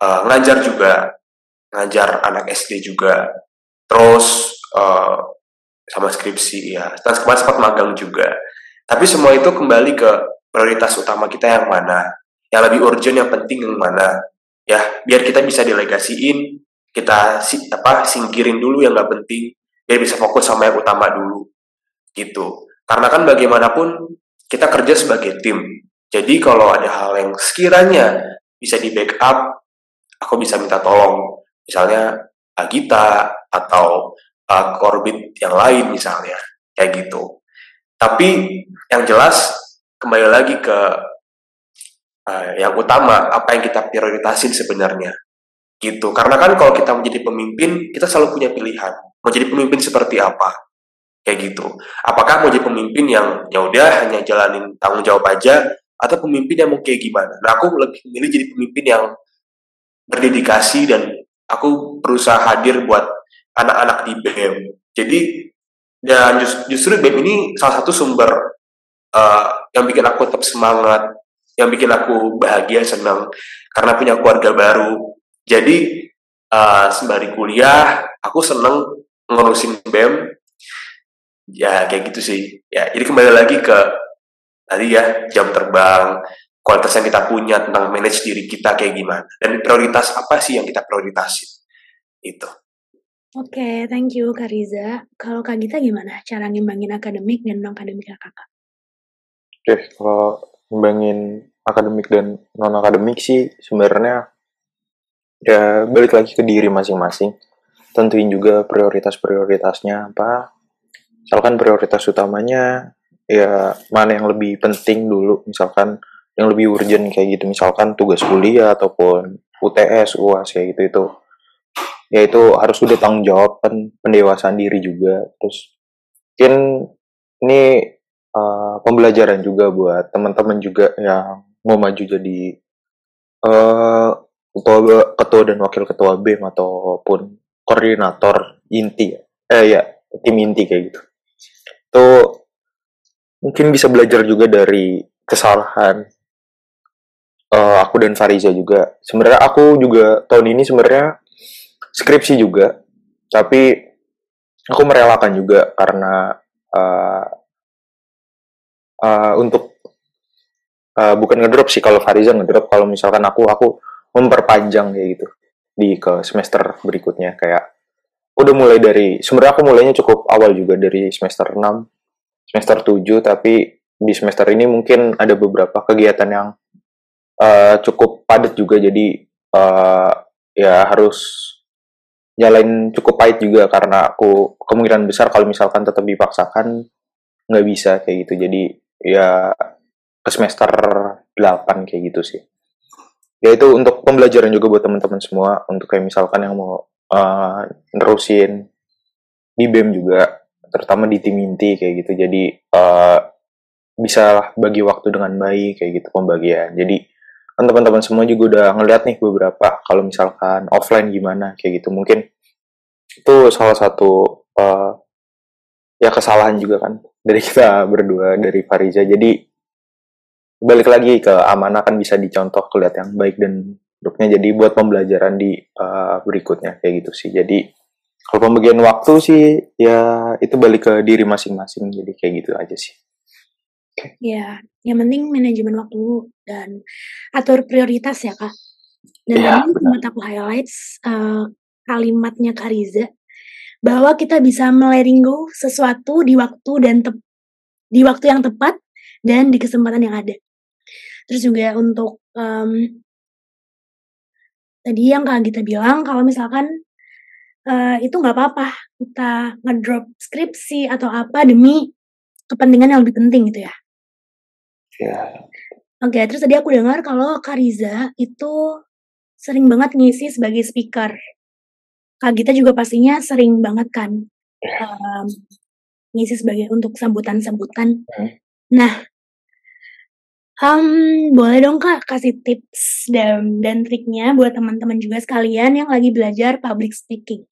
Speaker 2: ngajar anak SD juga, terus sama skripsi ya, dan kemarin sempat magang juga. Tapi semua itu kembali ke prioritas utama kita yang mana, yang lebih urgent, yang penting yang mana ya, biar kita bisa delegasiin, kita singkirin dulu yang nggak penting biar bisa fokus sama yang utama dulu gitu. Karena kan bagaimanapun kita kerja sebagai tim, jadi kalau ada hal yang sekiranya bisa di backup, aku bisa minta tolong misalnya Agita atau Korbit yang lain misalnya kayak gitu. Tapi yang jelas kembali lagi ke yang utama, apa yang kita prioritasin sebenarnya gitu. Karena kan kalau kita menjadi pemimpin, kita selalu punya pilihan mau jadi pemimpin seperti apa kayak gitu. Apakah mau jadi pemimpin yang ya udah hanya jalanin tanggung jawab aja, atau pemimpin yang mau kayak gimana. Nah aku lebih memilih jadi pemimpin yang berdedikasi dan aku berusaha hadir buat anak-anak di BEM. Jadi dan justru BEM ini salah satu sumber yang bikin aku tetap semangat, yang bikin aku bahagia, senang karena punya keluarga baru. Jadi sembari kuliah aku seneng ngurusin BEM ya, kayak gitu sih ya. Jadi kembali lagi ke tadi ya, jam terbang, kualitas yang kita punya, tentang manage diri kita kayak gimana, dan prioritas apa sih yang kita prioritasin itu.
Speaker 1: Oke, thank you Kak Riza. Kalau Kak Gita gimana cara ngimbangin akademik dan non-akademik Kakak?
Speaker 3: Oke, kalau ngimbangin akademik dan non-akademik sih sebenarnya ya balik lagi ke diri masing-masing. tentuin juga prioritas-prioritasnya apa. Misalkan prioritas utamanya ya mana yang lebih penting dulu, misalkan yang lebih urgent kayak gitu, misalkan tugas kuliah ataupun UTS, UAS kayak gitu, itu ya itu harus udah tanggung jawab kan, pendewasaan diri juga. Terus mungkin ini pembelajaran juga buat teman-teman juga yang mau maju jadi ketua dan wakil ketua BEM ataupun koordinator inti ya tim inti kayak gitu. Itu mungkin bisa belajar juga dari kesalahan aku dan Fariza juga. Sebenarnya aku juga tahun ini sebenarnya skripsi juga, tapi aku merelakan juga karena untuk bukan ngedrop sih, kalau Fariza ngedrop, kalau misalkan aku memperpanjang kayak gitu di ke semester berikutnya. Kayak udah mulai dari, sebenarnya aku mulainya cukup awal juga dari semester 6, semester 7, tapi di semester ini mungkin ada beberapa kegiatan yang cukup padat juga, jadi ya harus nyalain cukup pahit juga, karena aku kemungkinan besar kalau misalkan tetap dipaksakan nggak bisa kayak gitu. Jadi ya ke semester 8 kayak gitu sih. Ya itu untuk pembelajaran juga buat teman-teman semua, untuk kayak misalkan yang mau nerusin di BEM juga, terutama di tim inti kayak gitu. Jadi bisa bagi waktu dengan baik kayak gitu pembagian. Jadi kan teman-teman semua juga udah ngeliat nih beberapa, kalau misalkan offline gimana kayak gitu. Mungkin itu salah satu ya kesalahan juga kan dari kita berdua, dari Fariza. Jadi balik lagi ke amanah kan bisa dicontoh kelihatan yang baik dan buruknya, jadi buat pembelajaran di berikutnya kayak gitu sih. Jadi kalau pembagian waktu sih ya itu balik ke diri masing-masing, jadi kayak gitu aja sih.
Speaker 1: Ya, yang penting manajemen waktu dan atur prioritas ya Kak. Dan
Speaker 3: Iya,
Speaker 1: tadi sempat aku highlights kalimatnya Kak Riza, bahwa kita bisa meletting go sesuatu di waktu dan di waktu yang tepat dan di kesempatan yang ada. Terus juga untuk tadi yang Kak Gita bilang, kalau misalkan itu nggak apa-apa kita ngedrop skripsi atau apa demi kepentingan yang lebih penting gitu ya.
Speaker 3: ya,
Speaker 1: Oke, terus tadi aku dengar kalau Kak Riza itu sering banget ngisi sebagai speaker. Kak Gita juga pastinya sering banget kan ngisi sebagai untuk sambutan-sambutan. Nah, boleh dong Kak kasih tips dan triknya buat teman-teman juga sekalian yang lagi belajar public speaking.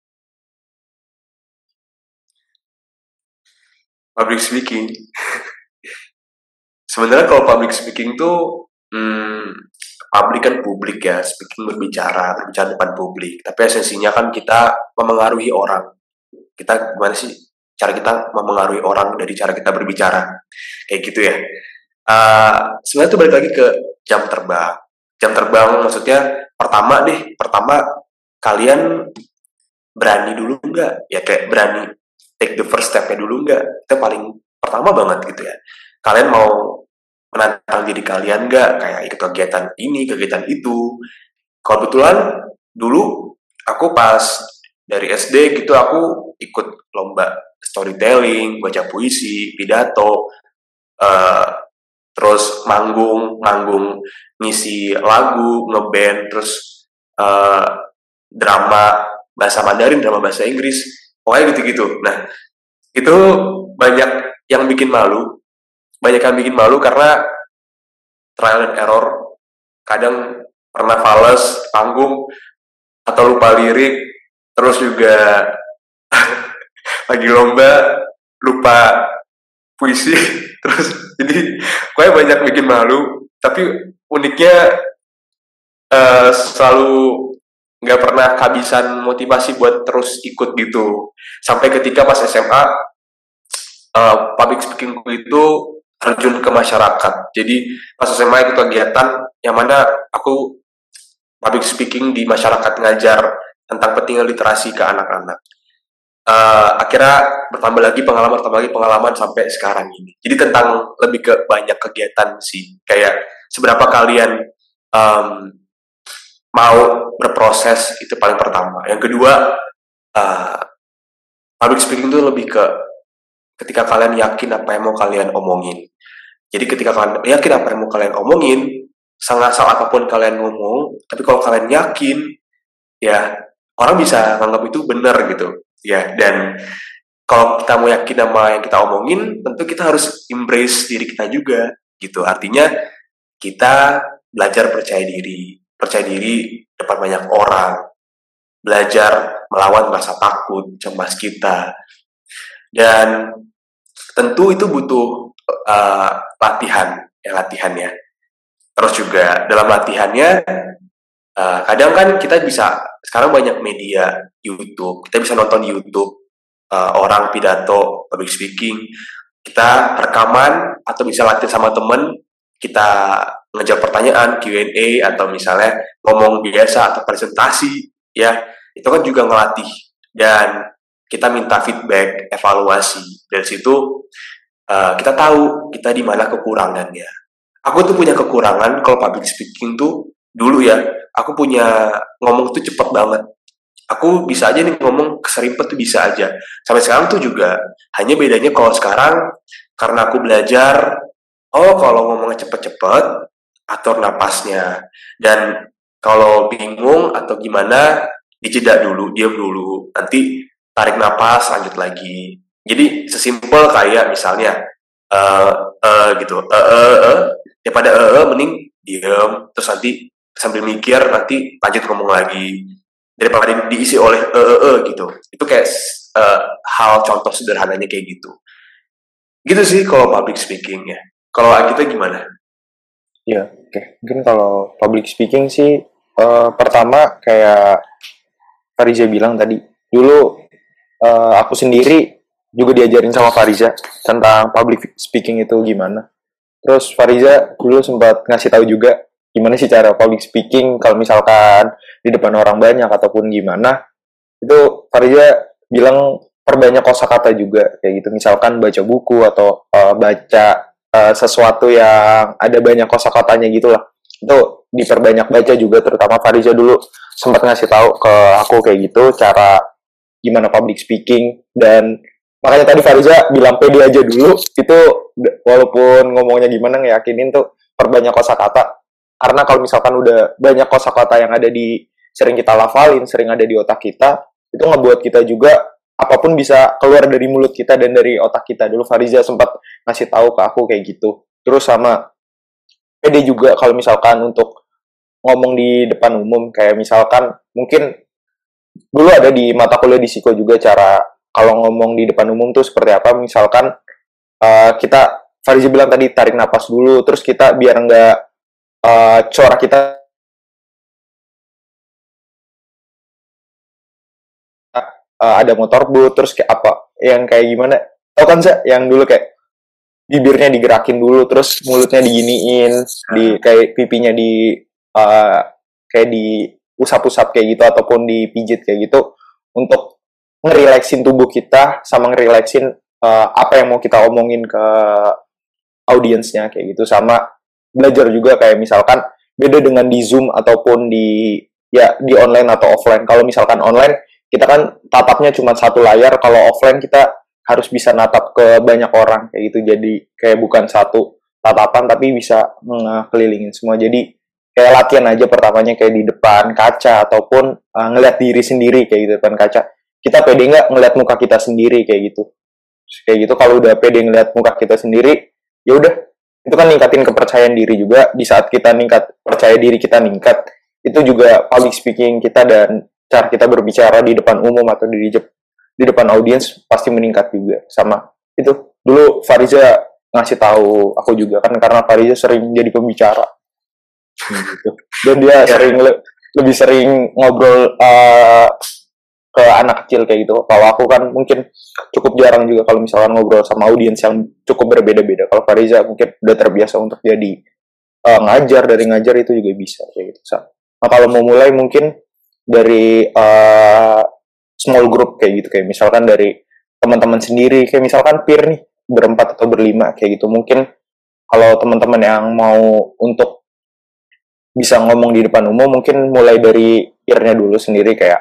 Speaker 2: Public speaking. Sebenarnya kalau public speaking tuh public kan publik ya, speaking berbicara depan publik. Tapi esensinya kan kita memengaruhi orang. Kita gimana sih cara kita memengaruhi orang dari cara kita berbicara, kayak gitu ya. Sebenarnya tuh balik lagi ke jam terbang. Jam terbang maksudnya pertama kalian berani dulu nggak? Ya kayak berani take the first step-nya dulu nggak? Itu paling pertama banget gitu ya. Kalian mau menantang diri kalian nggak? Kayak ikut kegiatan ini, kegiatan itu. Kalau kebetulan dulu aku pas dari SD gitu aku ikut lomba storytelling, baca puisi, pidato, terus manggung ngisi lagu, ngeband, terus drama bahasa Mandarin, drama bahasa Inggris, pokoknya gitu-gitu. Nah, itu banyak yang bikin malu karena trial and error. Kadang pernah fales panggung atau lupa lirik, terus juga lagi lomba lupa puisi, terus jadi pokoknya banyak bikin malu. Tapi uniknya selalu nggak pernah kehabisan motivasi buat terus ikut gitu, sampai ketika pas SMA public speaking itu terjun ke masyarakat. Jadi pas SMA itu kegiatan yang mana aku public speaking di masyarakat, ngajar tentang pentingnya literasi ke anak-anak. Akhirnya bertambah lagi pengalaman sampai sekarang ini. Jadi tentang lebih ke banyak kegiatan sih, kayak seberapa kalian mau berproses, itu paling pertama. Yang kedua, uh, public speaking itu lebih ke ketika kalian yakin apa yang mau kalian omongin. Jadi ketika kalian yakin apa yang mau kalian omongin, sangat apapun kalian ngomong, tapi kalau kalian yakin, ya orang bisa menganggap itu benar gitu. Ya, dan kalau kita mau yakin sama yang kita omongin, tentu kita harus embrace diri kita juga gitu. Artinya kita belajar percaya diri depan banyak orang, belajar melawan rasa takut, cemas kita, dan tentu itu butuh latihan ya. Terus juga dalam latihannya, kadang kan kita bisa, sekarang banyak media YouTube, kita bisa nonton YouTube orang pidato, public speaking, kita rekaman atau bisa latihan sama temen, kita ngejar pertanyaan, Q&A, atau misalnya ngomong biasa atau presentasi, ya, itu kan juga ngelatih. Dan kita minta feedback, evaluasi. Dari situ kita tahu kita di mana kekurangannya. Aku tuh punya kekurangan kalau public speaking tuh dulu ya, aku punya ngomong tuh cepet banget. Aku bisa aja nih ngomong keserimpet tuh bisa aja. Sampai sekarang tuh juga, hanya bedanya kalau sekarang karena aku belajar, kalau ngomongnya cepet-cepet, atur napasnya. Dan kalau bingung atau gimana, dijeda dulu, diam dulu. Nanti tarik napas, lanjut lagi. Jadi sesimpel kayak misalnya, gitu, daripada mending diam, terus nanti sambil mikir, nanti lanjut ngomong lagi. Daripada diisi oleh gitu. Itu kayak hal contoh sederhananya kayak gitu. Gitu sih kalau public speaking ya. Kalau kita gimana?
Speaker 3: Ya, oke. Mungkin kalau public speaking sih pertama kayak Fariza bilang tadi. Dulu aku sendiri juga diajarin sama Fariza tentang public speaking itu gimana. Terus Fariza dulu sempat ngasih tahu juga gimana sih cara public speaking kalau misalkan di depan orang banyak ataupun gimana. Itu Fariza bilang perbanyak kosakata juga kayak gitu. Misalkan baca buku atau baca sesuatu yang ada banyak kosakatanya gitu lah. Itu diperbanyak baca juga, terutama Fariza dulu sempat ngasih tahu ke aku kayak gitu cara gimana public speaking. Dan makanya tadi Fariza bilang pede aja dulu, itu walaupun ngomongnya gimana ngeyakinin tuh perbanyak kosakata. Karena kalau misalkan udah banyak kosakata yang ada di sering kita lafalin, sering ada di otak kita, itu ngebuat kita juga apapun bisa keluar dari mulut kita dan dari otak kita. Dulu Fariza sempat ngasih tahu ke aku kayak gitu. Terus sama pede juga kalau misalkan untuk ngomong di depan umum, kayak misalkan mungkin dulu ada di mata kuliah di Siko juga cara kalau ngomong di depan umum tuh seperti apa. Misalkan kita, Fariza bilang tadi tarik napas dulu, terus kita biar nggak corak kita ada motor boot, terus kayak apa yang kayak gimana, tau kan Sa? Yang dulu kayak bibirnya digerakin dulu, terus mulutnya diginiin, di kayak pipinya di kayak di usap-usap kayak gitu ataupun dipijit kayak gitu untuk ngerileksin tubuh kita sama ngerileksin apa yang mau kita omongin ke audiensnya kayak gitu. Sama belajar juga kayak misalkan beda dengan di Zoom ataupun di online atau offline. Kalau misalkan online kita kan tatapnya cuma satu layar, kalau offline kita harus bisa natap ke banyak orang kayak gitu. Jadi kayak bukan satu tatapan tapi bisa ngelilingin semua. Jadi kayak latihan aja pertamanya kayak di depan kaca ataupun ngeliat diri sendiri kayak gitu depan kaca. Kita pede nggak ngeliat muka kita sendiri kayak gitu. Kayak gitu kalau udah pede ngeliat muka kita sendiri, ya udah itu kan ningkatin kepercayaan diri juga. Di saat kita percaya diri kita ningkat, itu juga public speaking kita dan cara kita berbicara di depan umum atau di depan audiens pasti meningkat juga. Sama itu dulu Fariza ngasih tahu aku juga kan, karena Fariza sering jadi pembicara gitu. Dan dia lebih sering ngobrol ke anak kecil kayak gitu. Kalau aku kan mungkin cukup jarang juga kalau misalkan ngobrol sama audiens yang cukup berbeda-beda. Kalau Fariza mungkin udah terbiasa untuk jadi ngajar, dari ngajar itu juga bisa kayak gitu. Nah kalau mau mulai mungkin dari small group kayak gitu, kayak misalkan dari teman-teman sendiri, kayak misalkan peer nih berempat atau berlima kayak gitu. Mungkin kalau teman-teman yang mau untuk bisa ngomong di depan umum, mungkin mulai dari peer-nya dulu sendiri, kayak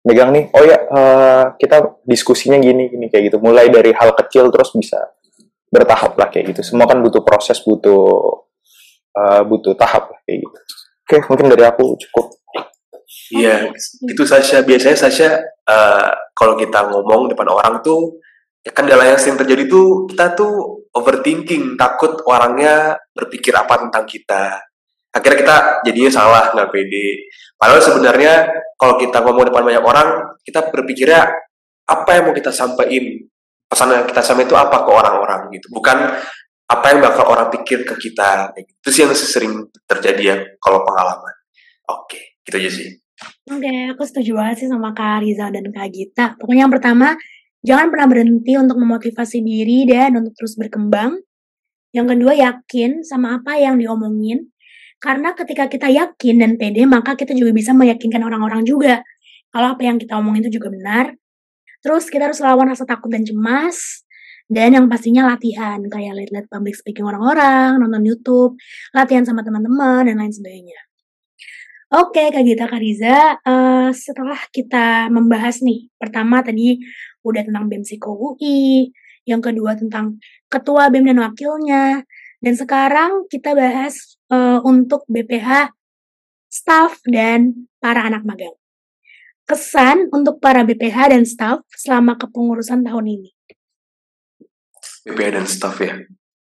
Speaker 3: megang nih, oh ya kita diskusinya gini gini kayak gitu, mulai dari hal kecil terus bisa bertahap lah kayak gitu. Semua kan butuh proses, butuh tahap lah kayak gitu. Oke, mungkin dari aku cukup.
Speaker 2: Iya, itu Sasha. Biasanya Sasha kalau kita ngomong depan orang tuh, ya kendala yang sering terjadi tuh kita tuh overthinking, takut orangnya berpikir apa tentang kita. Akhirnya kita jadinya salah, nggak pede. Padahal sebenarnya kalau kita ngomong depan banyak orang, kita berpikirnya apa yang mau kita sampaikan, pesan yang kita sampaikan itu apa ke orang-orang gitu, bukan apa yang bakal orang pikir ke kita. Itu sih yang sering terjadi ya kalau pengalaman. Oke, gitu aja sih.
Speaker 1: Oke, aku setuju banget sih sama Kak Riza dan Kak Gita. Pokoknya yang pertama, jangan pernah berhenti untuk memotivasi diri dan untuk terus berkembang. Yang kedua, yakin sama apa yang diomongin. Karena ketika kita yakin dan pede, maka kita juga bisa meyakinkan orang-orang juga. Kalau apa yang kita omongin itu juga benar. Terus kita harus lawan rasa takut dan cemas. Dan yang pastinya latihan, kayak lihat-lihat public speaking orang-orang, nonton YouTube, latihan sama teman-teman, dan lain sebagainya. Oke, Kak Gita, Kak Riza, setelah kita membahas nih, pertama tadi udah tentang BEM Psiko UI, yang kedua tentang ketua BEM dan wakilnya, dan sekarang kita bahas untuk BPH, staff, dan para anak magang. Kesan untuk para BPH dan staff selama kepengurusan tahun ini.
Speaker 2: BPH dan staff ya.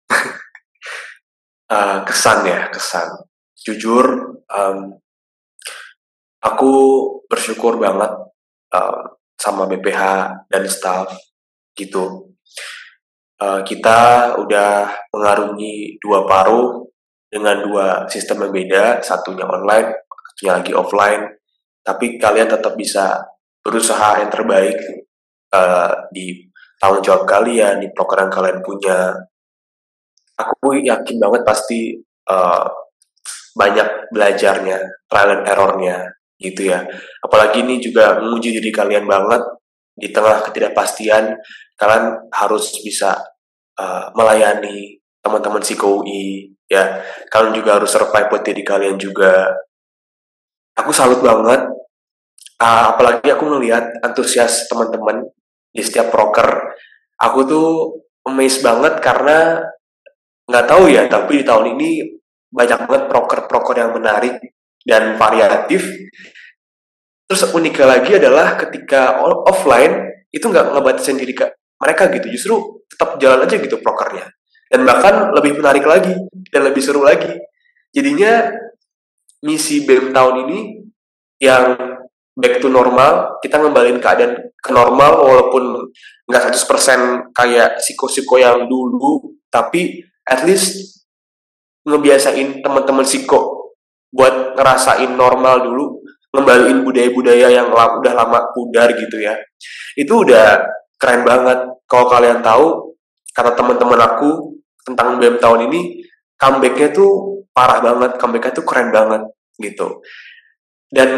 Speaker 2: Kesan. Jujur, aku bersyukur banget sama BPH dan staff gitu. Kita udah mengarungi 2 paruh dengan 2 sistem yang beda, satunya online, satunya lagi offline. Tapi kalian tetap bisa berusaha yang terbaik di tanggung jawab kalian, di program kalian punya. Aku yakin banget pasti banyak belajarnya, trial and error-nya gitu ya. Apalagi ini juga menguji diri kalian banget di tengah ketidakpastian. Kalian harus bisa melayani teman-teman Psiko UI ya. Kalian juga harus survive buat diri kalian juga. Aku salut banget, apalagi aku ngelihat antusias teman-teman di setiap proker. Aku tuh amazed banget karena nggak tahu ya, tapi di tahun ini banyak banget proker-proker yang menarik dan variatif. Terus uniknya lagi adalah ketika offline itu nggak ngebatasin diri mereka gitu, justru tetap jalan aja gitu prokernya, dan bahkan lebih menarik lagi dan lebih seru lagi. Jadinya misi BEM tahun ini yang back to normal, kita ngembalin keadaan ke normal walaupun nggak 100% kayak Psiko yang dulu, tapi at least ngebiasain teman-teman Psiko buat ngerasain normal dulu, ngembaliin budaya-budaya yang udah lama pudar gitu ya. Itu udah keren banget. Kalau kalian tahu, kata teman-teman aku tentang BEM tahun ini, comeback-nya tuh parah banget, comeback-nya tuh keren banget gitu. Dan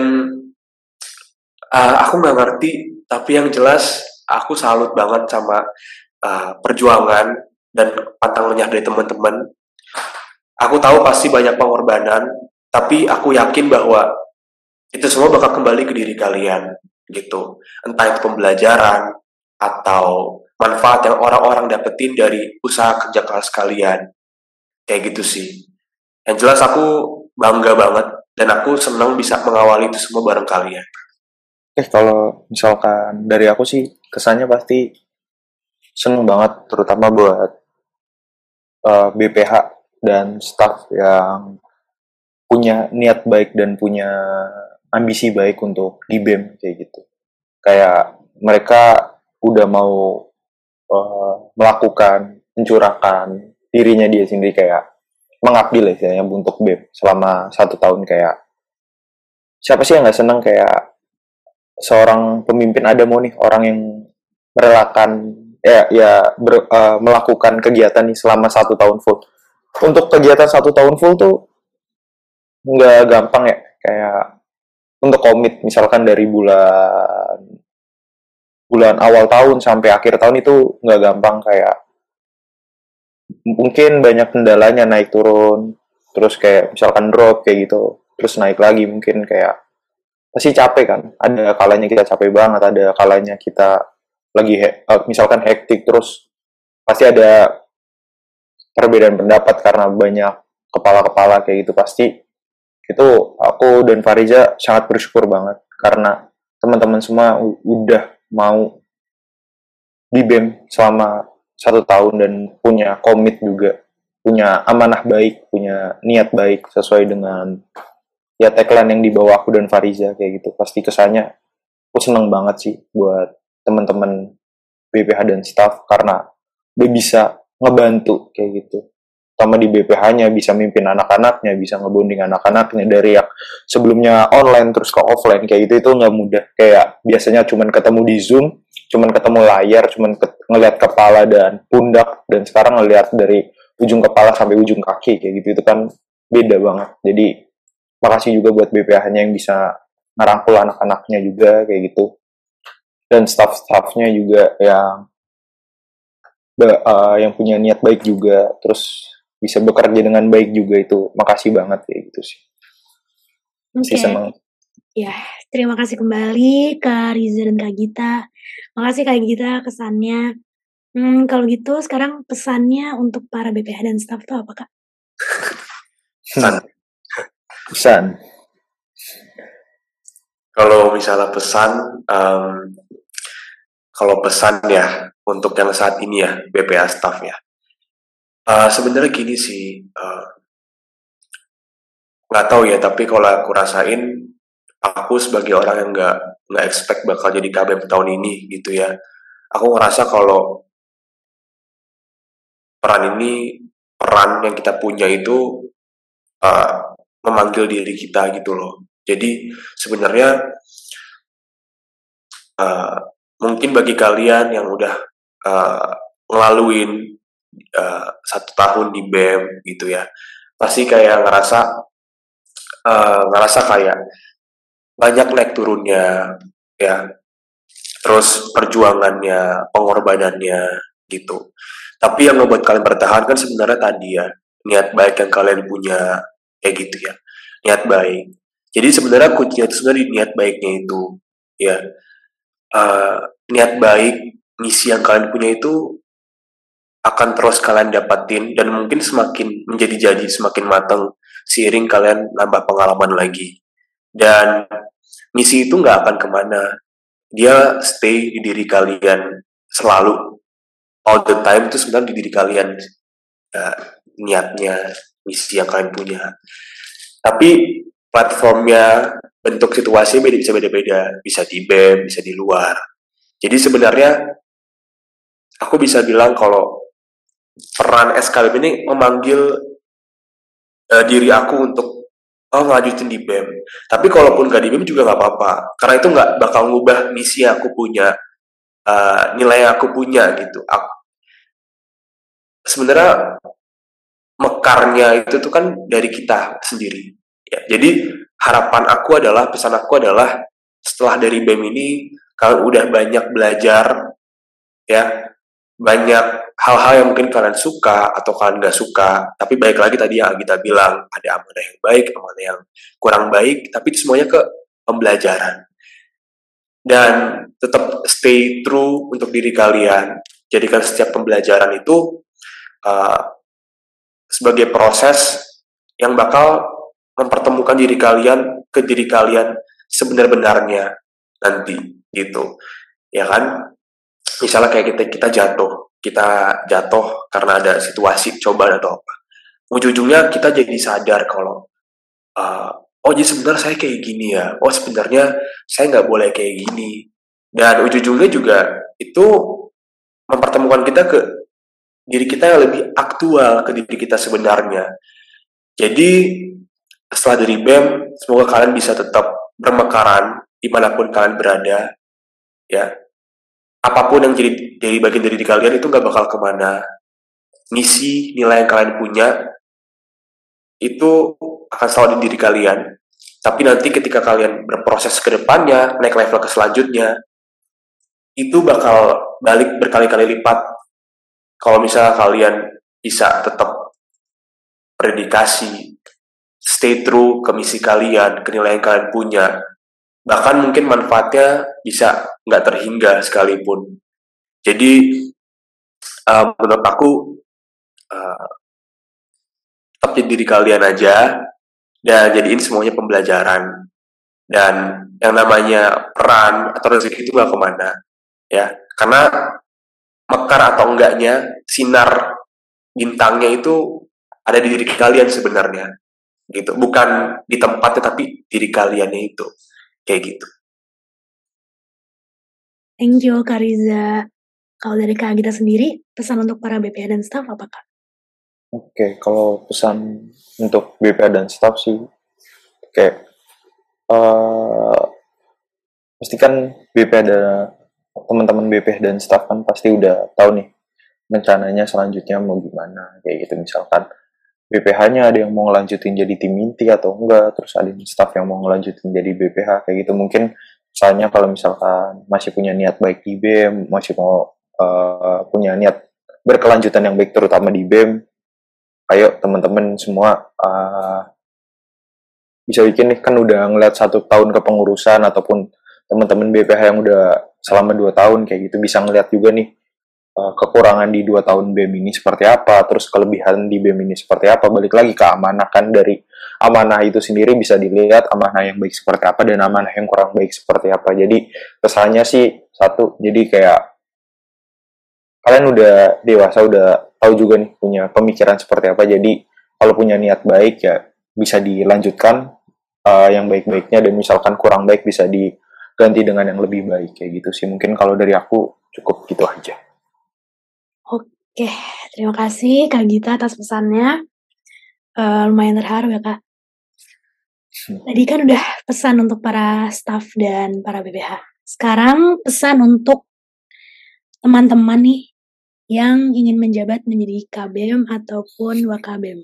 Speaker 2: aku nggak ngerti, tapi yang jelas aku salut banget sama perjuangan dan pantang menyerah dari teman-teman. Aku tahu pasti banyak pengorbanan, tapi aku yakin bahwa itu semua bakal kembali ke diri kalian gitu. Entah itu pembelajaran atau manfaat yang orang-orang dapetin dari usaha kerja keras kalian. Kayak gitu sih. Yang jelas aku bangga banget dan aku senang bisa mengawali itu semua bareng kalian.
Speaker 3: Kalau misalkan dari aku sih kesannya pasti seneng banget, terutama buat BPH dan staff yang punya niat baik dan punya ambisi baik untuk di BEM kayak gitu. Kayak mereka udah mau melakukan, mencurahkan dirinya dia sendiri, kayak mengabdi lah istilahnya untuk BEM selama 1 tahun. Kayak siapa sih yang nggak seneng kayak seorang pemimpin ada mau nih orang yang merelakan melakukan kegiatan nih selama 1 tahun full. Untuk kegiatan 1 tahun full tuh nggak gampang ya, kayak untuk komit misalkan dari bulan awal tahun sampai akhir tahun itu nggak gampang. Kayak mungkin banyak kendalanya, naik turun, terus kayak misalkan drop kayak gitu, terus naik lagi, mungkin kayak pasti capek kan. Ada kalanya kita capek banget, ada kalanya kita lagi misalkan hektik, terus pasti ada perbedaan pendapat karena banyak kepala-kepala kayak gitu. Pasti itu aku dan Fariza sangat bersyukur banget karena teman-teman semua udah mau di BEM selama 1 tahun dan punya komit juga, punya amanah baik, punya niat baik sesuai dengan ya tagline yang dibawa aku dan Fariza kayak gitu. Pasti kesannya aku seneng banget sih buat teman-teman BPH dan staff karena dia bisa ngebantu kayak gitu. Sama di BPH-nya bisa mimpin anak-anaknya, bisa ngebonding anak-anaknya dari yang sebelumnya online terus ke offline kayak gitu, itu nggak mudah. Kayak biasanya cuman ketemu di Zoom, cuman ketemu layar, cuman ngelihat kepala dan pundak, dan sekarang ngelihat dari ujung kepala sampai ujung kaki kayak gitu, itu kan beda banget. Jadi makasih juga buat BPH-nya yang bisa ngerangkul anak-anaknya juga kayak gitu, dan staff-staffnya juga yang punya niat baik juga, terus bisa bekerja dengan baik juga, itu makasih banget kayak gitu sih.
Speaker 1: Oke.
Speaker 3: Senang.
Speaker 1: Ya, terima kasih kembali Kak Riza dan Kak Gita. Makasih Kak Gita kesannya. Kalau gitu sekarang pesannya untuk para BPH dan staff itu apa Kak?
Speaker 3: Pesan.
Speaker 2: Kalau misalnya pesan, kalau pesan ya untuk yang saat ini ya BPH staff ya. Sebenarnya gini sih, nggak tahu ya, tapi kalau aku rasain, aku sebagai orang yang nggak expect bakal jadi KBM tahun ini gitu ya. Aku ngerasa kalau peran yang kita punya itu memanggil diri kita gitu loh. Jadi sebenarnya mungkin bagi kalian yang udah ngelaluin 1 tahun di BEM gitu ya, pasti kayak ngerasa kayak banyak naik turunnya ya, terus perjuangannya, pengorbanannya gitu. Tapi yang membuat kalian bertahan kan sebenarnya tadi ya, niat baik yang kalian punya kayak gitu ya, niat baik. Jadi sebenarnya kuncinya itu sebenarnya di niat baiknya itu ya. Niat baik, misi yang kalian punya itu akan terus kalian dapatin, dan mungkin semakin menjadi semakin matang seiring kalian nambah pengalaman lagi. Dan misi itu nggak akan kemana, dia stay di diri kalian selalu, all the time itu sebenarnya di diri kalian, niatnya, misi yang kalian punya. Tapi platformnya, bentuk situasi bisa beda-beda, bisa di BEM, bisa di luar. Jadi sebenarnya aku bisa bilang kalau peran SKBM ini memanggil diri aku untuk ngelanjutin di BEM. Tapi kalaupun gak di BEM juga gak apa-apa, karena itu gak bakal ngubah misi yang aku punya, nilai yang aku punya gitu. Sebenarnya mekarnya itu tuh kan dari kita sendiri ya. Jadi harapan aku adalah, pesan aku adalah, setelah dari BEM ini kalian udah banyak belajar ya, banyak hal-hal yang mungkin kalian suka atau kalian gak suka, tapi baik lagi tadi yang kita bilang, ada amanah yang baik, amanah yang kurang baik, tapi itu semuanya ke pembelajaran. Dan tetap stay true untuk diri kalian. Jadikan setiap pembelajaran itu sebagai proses yang bakal mempertemukan diri kalian ke diri kalian sebenar-benarnya nanti gitu, ya kan? Misalnya kayak kita jatuh karena ada situasi cobaan atau apa. Ujung-ujungnya kita jadi sadar kalau oh jadi sebenarnya saya kayak gini ya. Oh sebenarnya saya nggak boleh kayak gini. Dan ujung-ujungnya juga itu mempertemukan kita ke diri kita yang lebih aktual, ke diri kita sebenarnya. Jadi setelah dari BEM, semoga kalian bisa tetap bermekaran dimanapun kalian berada, ya. Apapun yang jadi bagian dari diri kalian itu gak bakal kemana. Misi, nilai yang kalian punya itu akan selalu di diri kalian. Tapi nanti ketika kalian berproses ke depannya, naik level ke selanjutnya, itu bakal balik berkali-kali lipat. Kalau misalnya kalian bisa tetap berdedikasi, stay true ke misi kalian, ke nilai yang kalian punya, bahkan mungkin manfaatnya bisa nggak terhingga sekalipun. Jadi menurut aku tetap jadi diri kalian aja dan jadiin semuanya pembelajaran. Dan yang namanya peran atau rezeki itu nggak kemana, ya. Karena mekar atau enggaknya sinar bintangnya itu ada di diri kalian sebenarnya, gitu. Bukan di tempatnya tapi diri kaliannya itu, kayak gitu.
Speaker 1: Thank you, Kak Riza. Kalau dari Kak Gita sendiri, pesan untuk para BPH dan staf apa, Kak?
Speaker 3: Oke, kalau pesan untuk BPH dan staff sih, kayak pasti kan BPH dan teman-teman BPH dan staff kan pasti udah tahu nih rencananya selanjutnya mau gimana, kayak gitu. Misalkan BPH-nya ada yang mau ngelanjutin jadi tim inti atau enggak, terus ada yang staff yang mau ngelanjutin jadi BPH, kayak gitu. Mungkin misalnya kalau misalkan masih punya niat baik di BEM, masih mau punya niat berkelanjutan yang baik terutama di BEM, ayo teman-teman semua bisa bikin nih, kan udah ngeliat 1 tahun kepengurusan ataupun teman-teman BPH yang udah selama 2 tahun kayak gitu, bisa ngeliat juga nih kekurangan di 2 tahun BEM ini seperti apa, terus kelebihan di BEM ini seperti apa. Balik lagi ke amanah, kan dari amanah itu sendiri bisa dilihat amanah yang baik seperti apa dan amanah yang kurang baik seperti apa. Jadi kesannya sih satu, jadi kayak kalian udah dewasa, udah tahu juga nih punya pemikiran seperti apa. Jadi kalau punya niat baik ya bisa dilanjutkan yang baik-baiknya, dan misalkan kurang baik bisa diganti dengan yang lebih baik, kayak gitu sih. Mungkin kalau dari aku cukup gitu aja.
Speaker 1: Oke, terima kasih Kak Gita atas pesannya. Lumayan terharu ya, Kak. Tadi kan udah pesan untuk para staf dan para BPH. Sekarang pesan untuk teman-teman nih yang ingin menjabat menjadi KBM ataupun Wakabem.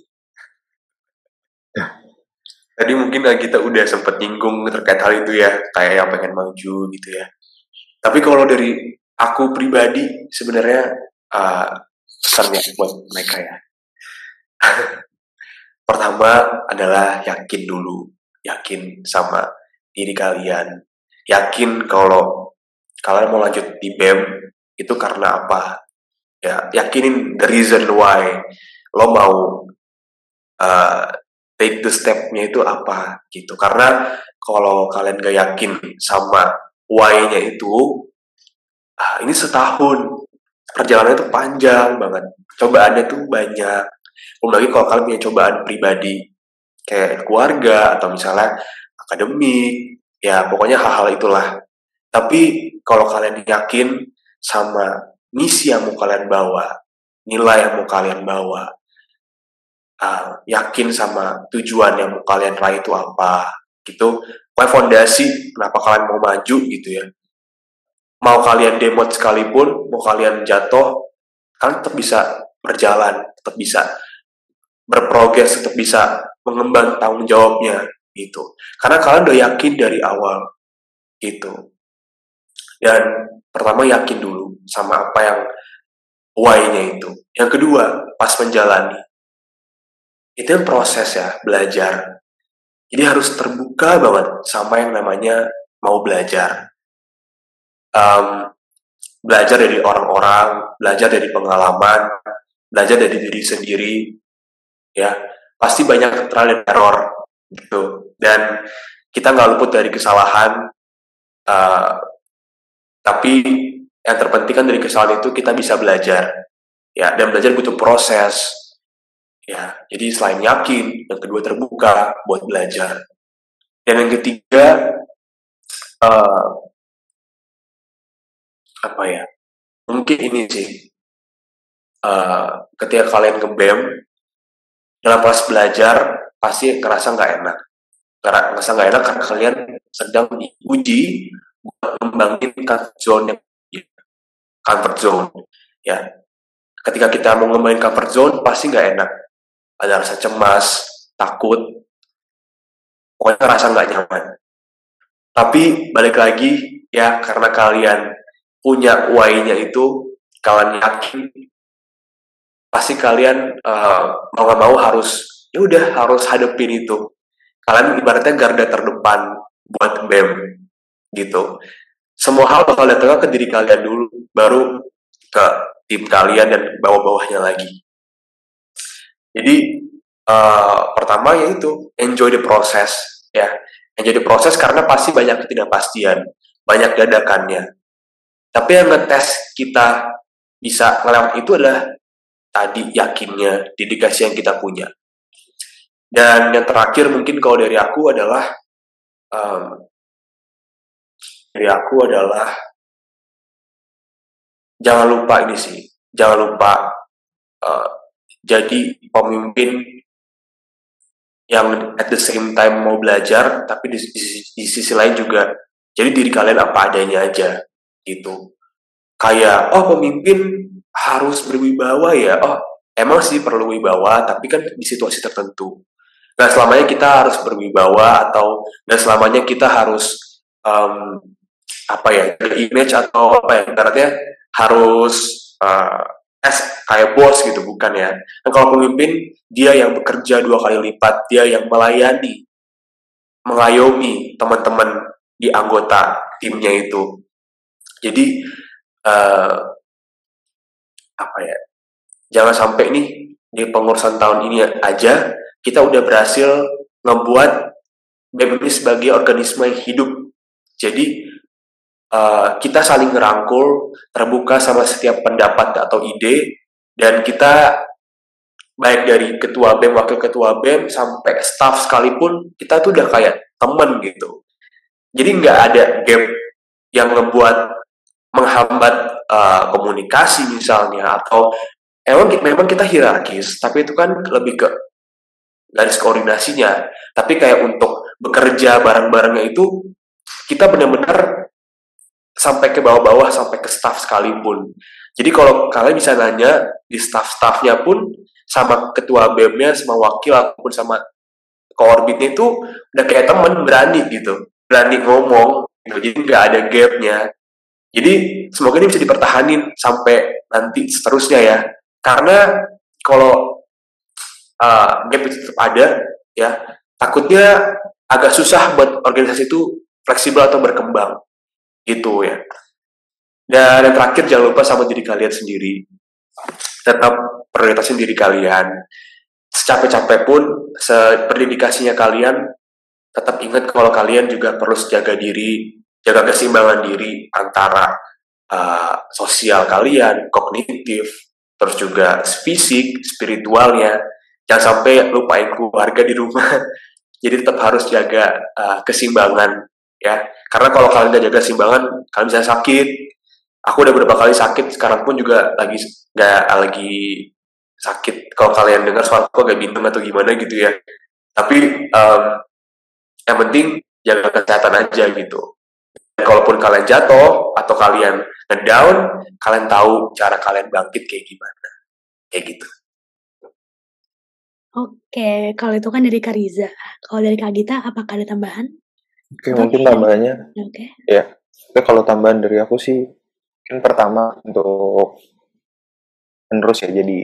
Speaker 2: Tadi mungkin kita udah sempat nyinggung terkait hal itu ya, kayak yang pengen maju gitu ya. Tapi kalau dari aku pribadi sebenarnya pesannya buat mereka ya. Pertama adalah yakin dulu, yakin sama diri kalian, yakin kalau kalian mau lanjut di BEM itu karena apa, ya yakinin the reason why lo mau take the step-nya itu apa gitu. Karena kalau kalian gak yakin sama why-nya itu, ini setahun perjalanan itu panjang banget, cobaannya tuh banyak. Lagi kalau kalian punya cobaan pribadi kayak keluarga atau misalnya akademik, ya pokoknya hal-hal itulah. Tapi kalau kalian yakin sama misi yang mau kalian bawa, nilai yang mau kalian bawa, yakin sama tujuan yang mau kalian raih itu apa, gitu. Pokoknya fondasi kenapa kalian mau maju gitu ya. Mau kalian demot sekalipun, mau kalian jatuh, kalian tetap bisa berjalan, tetap bisa berprogres, tetap bisa mengemban tanggung jawabnya gitu. Karena kalian udah yakin dari awal gitu. Dan pertama yakin dulu sama apa yang why-nya itu. Yang kedua, pas menjalani. Itu yang proses ya, belajar. Jadi harus terbuka banget sama yang namanya mau belajar. Belajar dari orang-orang, belajar dari pengalaman, belajar dari diri sendiri, ya pasti banyak trial and error gitu. Dan kita nggak luput dari kesalahan, tapi yang terpenting kan dari kesalahan itu kita bisa belajar, ya. Dan belajar butuh proses, ya. Jadi selain yakin, yang kedua terbuka buat belajar. Dan yang ketiga, apa ya? Mungkin ini sih, ketika kalian nge-BEM, dalam proses belajar pasti ngerasa nggak enak. Ngerasa nggak enak karena kalian sedang diuji buat ngembangin comfort zone, ya. Ketika kita mau ngembangin comfort zone pasti nggak enak. Ada rasa cemas, takut, pokoknya ngerasa nggak nyaman. Tapi balik lagi ya, karena kalian punya why-nya itu, kalian yakin, pasti kalian mau nggak mau harus, ya udah harus hadepin itu. Kalian ibaratnya garda terdepan buat BEM gitu. Semua hal bakal datang ke diri kalian dulu, baru ke tim kalian dan bawah-bawahnya lagi. Jadi pertama yaitu enjoy the process ya. Enjoy the process karena pasti banyak ketidakpastian, banyak dadakannya. Tapi yang ngetes kita bisa ngelewat itu adalah tadi yakinnya, dedikasi yang kita punya. Dan yang terakhir mungkin kalau dari aku adalah jangan lupa ini sih, jangan lupa jadi pemimpin yang at the same time mau belajar, tapi di sisi lain juga jadi diri kalian apa adanya aja gitu. Kayak pemimpin harus berwibawa ya, emang sih perlu wibawa, tapi kan di situasi tertentu. Nah selamanya kita harus berwibawa atau dan selamanya kita harus image atau ibaratnya harus kayak bos gitu, bukan ya. Dan kalau pemimpin, dia yang bekerja 2 kali lipat, dia yang melayani, mengayomi teman-teman di anggota timnya itu. Jadi jangan sampai nih di pengurusan tahun ini aja kita udah berhasil ngebuat BEM ini sebagai organisme yang hidup. Jadi kita saling ngerangkul, terbuka sama setiap pendapat atau ide, dan kita baik dari ketua BEM, wakil ketua BEM, sampai staff sekalipun, kita tuh udah kayak temen gitu. Jadi nggak ada gap yang menghambat komunikasi misalnya, atau memang kita hierarkis, tapi itu kan lebih ke garis koordinasinya. Tapi kayak untuk bekerja bareng-barengnya itu, kita benar-benar sampai ke bawah-bawah, sampai ke staff sekalipun. Jadi kalau kalian bisa nanya di staff-staffnya pun, sama ketua BEM-nya, sama wakil ataupun sama korbitnya itu udah kayak temen, berani gitu, berani ngomong gitu. Jadi nggak ada gap-nya. Jadi semoga ini bisa dipertahanin sampai nanti seterusnya ya. Karena kalau gap itu tetap ada ya, takutnya agak susah buat organisasi itu fleksibel atau berkembang gitu ya. Dan yang terakhir, jangan lupa sama diri kalian sendiri, tetap prioritasin diri kalian. Secapek-capek pun, seperdedikasinya kalian, tetap ingat kalau kalian juga perlu jaga diri, jaga keseimbangan diri antara sosial kalian, kognitif, terus juga fisik, spiritualnya. Jangan sampai lupain keluarga di rumah. Jadi tetap harus jaga keseimbangan ya. Karena kalau kalian gak jaga keseimbangan, kalian bisa sakit. Aku udah beberapa kali sakit, sekarang pun juga lagi sakit. Kalau kalian dengar suara aku agak bintang atau gimana gitu ya. Tapi yang penting jaga kesehatan aja gitu. Dan kalaupun kalian jatuh atau kalian ngedown, kalian tahu cara kalian bangkit kayak gimana. Kayak gitu.
Speaker 1: Oke, kalau itu kan dari Kak Riza. Kalau dari Kak Gita, apakah ada tambahan?
Speaker 3: Oke, mungkin tambahannya.
Speaker 1: Oke.
Speaker 3: Ya, tapi kalau tambahan dari aku sih, kan pertama untuk menerus ya, jadi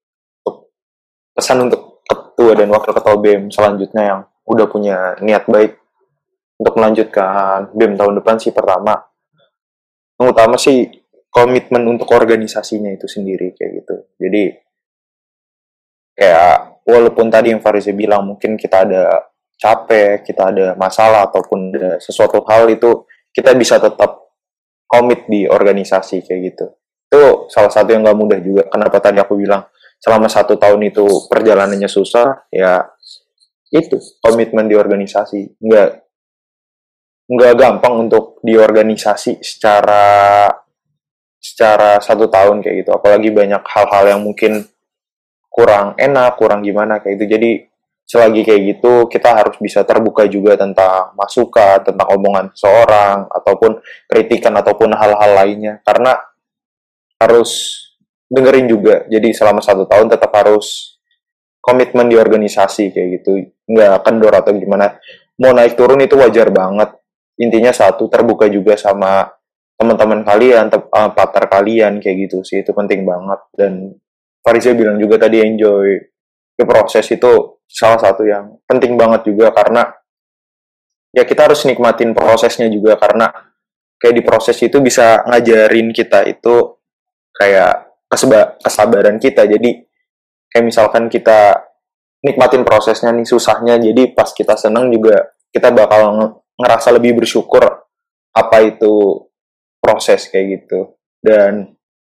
Speaker 3: pesan untuk ketua dan wakil ketua BEM selanjutnya yang udah punya niat baik untuk melanjutkan BEM tahun depan sih, pertama, yang utama sih komitmen untuk organisasinya itu sendiri kayak gitu. Jadi kayak walaupun tadi yang Fariza bilang mungkin kita ada capek, kita ada masalah ataupun ada sesuatu hal, itu kita bisa tetap komit di organisasi kayak gitu. Itu salah satu yang gak mudah juga. Kenapa tadi aku bilang selama 1 tahun itu perjalanannya susah, ya itu komitmen di organisasi. Nggak gampang untuk di organisasi secara 1 tahun kayak gitu. Apalagi banyak hal-hal yang mungkin kurang enak, kurang gimana kayak gitu. Jadi selagi kayak gitu, kita harus bisa terbuka juga tentang masukan, tentang omongan seseorang, ataupun kritikan, ataupun hal-hal lainnya. Karena harus dengerin juga. Jadi selama 1 tahun tetap harus komitmen di organisasi kayak gitu. Nggak kendor atau gimana. Mau naik turun itu wajar banget. Intinya satu, terbuka juga sama teman-teman kalian, partner kalian kayak gitu sih. Itu penting banget. Dan Fariza bilang juga tadi enjoy the proses, itu salah satu yang penting banget juga, karena ya kita harus nikmatin prosesnya juga, karena kayak di proses itu bisa ngajarin kita itu kayak kesabaran kita. Jadi kayak misalkan kita nikmatin prosesnya nih, susahnya, jadi pas kita seneng juga kita bakal ngerasa lebih bersyukur apa itu proses kayak gitu. Dan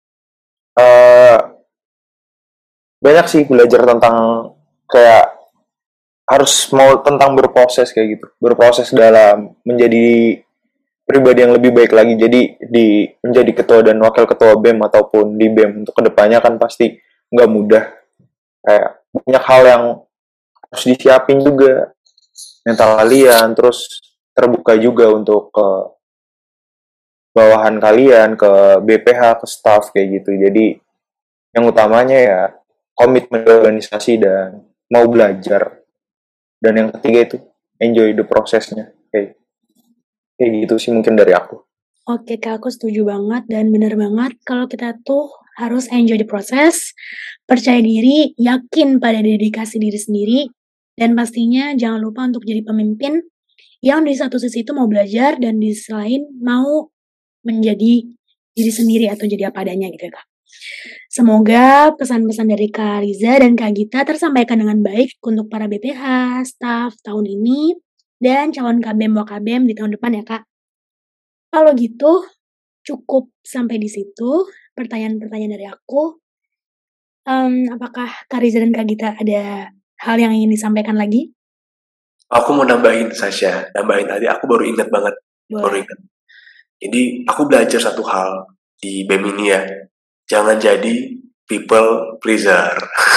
Speaker 3: banyak sih belajar tentang kayak harus mau tentang berproses kayak gitu, berproses dalam menjadi pribadi yang lebih baik lagi. Jadi di menjadi ketua dan wakil ketua BEM ataupun di BEM untuk kedepannya kan pasti nggak mudah, kayak banyak hal yang harus disiapin juga, mental kalian, terus terbuka juga untuk ke bawahan kalian, ke BPH, ke staff kayak gitu. Jadi yang utamanya ya komitmen organisasi dan mau belajar. Dan yang ketiga itu enjoy the prosesnya. Kayak gitu sih mungkin dari aku.
Speaker 1: Oke Kak, aku setuju banget dan bener banget kalau kita tuh harus enjoy the proses, percaya diri, yakin pada dedikasi diri sendiri, dan pastinya jangan lupa untuk jadi pemimpin yang di satu sisi itu mau belajar dan di sisi lain mau menjadi diri sendiri atau jadi apa adanya gitu ya Kak. Semoga pesan-pesan dari Kak Riza dan Kak Gita tersampaikan dengan baik untuk para BPH, staff tahun ini, dan calon KBM Wakabem di tahun depan ya Kak. Kalau gitu, cukup sampai di situ pertanyaan-pertanyaan dari aku. Apakah Kak Riza dan Kak Gita ada hal yang ingin disampaikan lagi?
Speaker 2: Aku mau nambahin Sasha, nambahin tadi aku baru ingat banget, baru
Speaker 1: Boleh.
Speaker 2: ingat. Jadi aku belajar satu hal di BEM ini ya, jangan jadi people pleaser.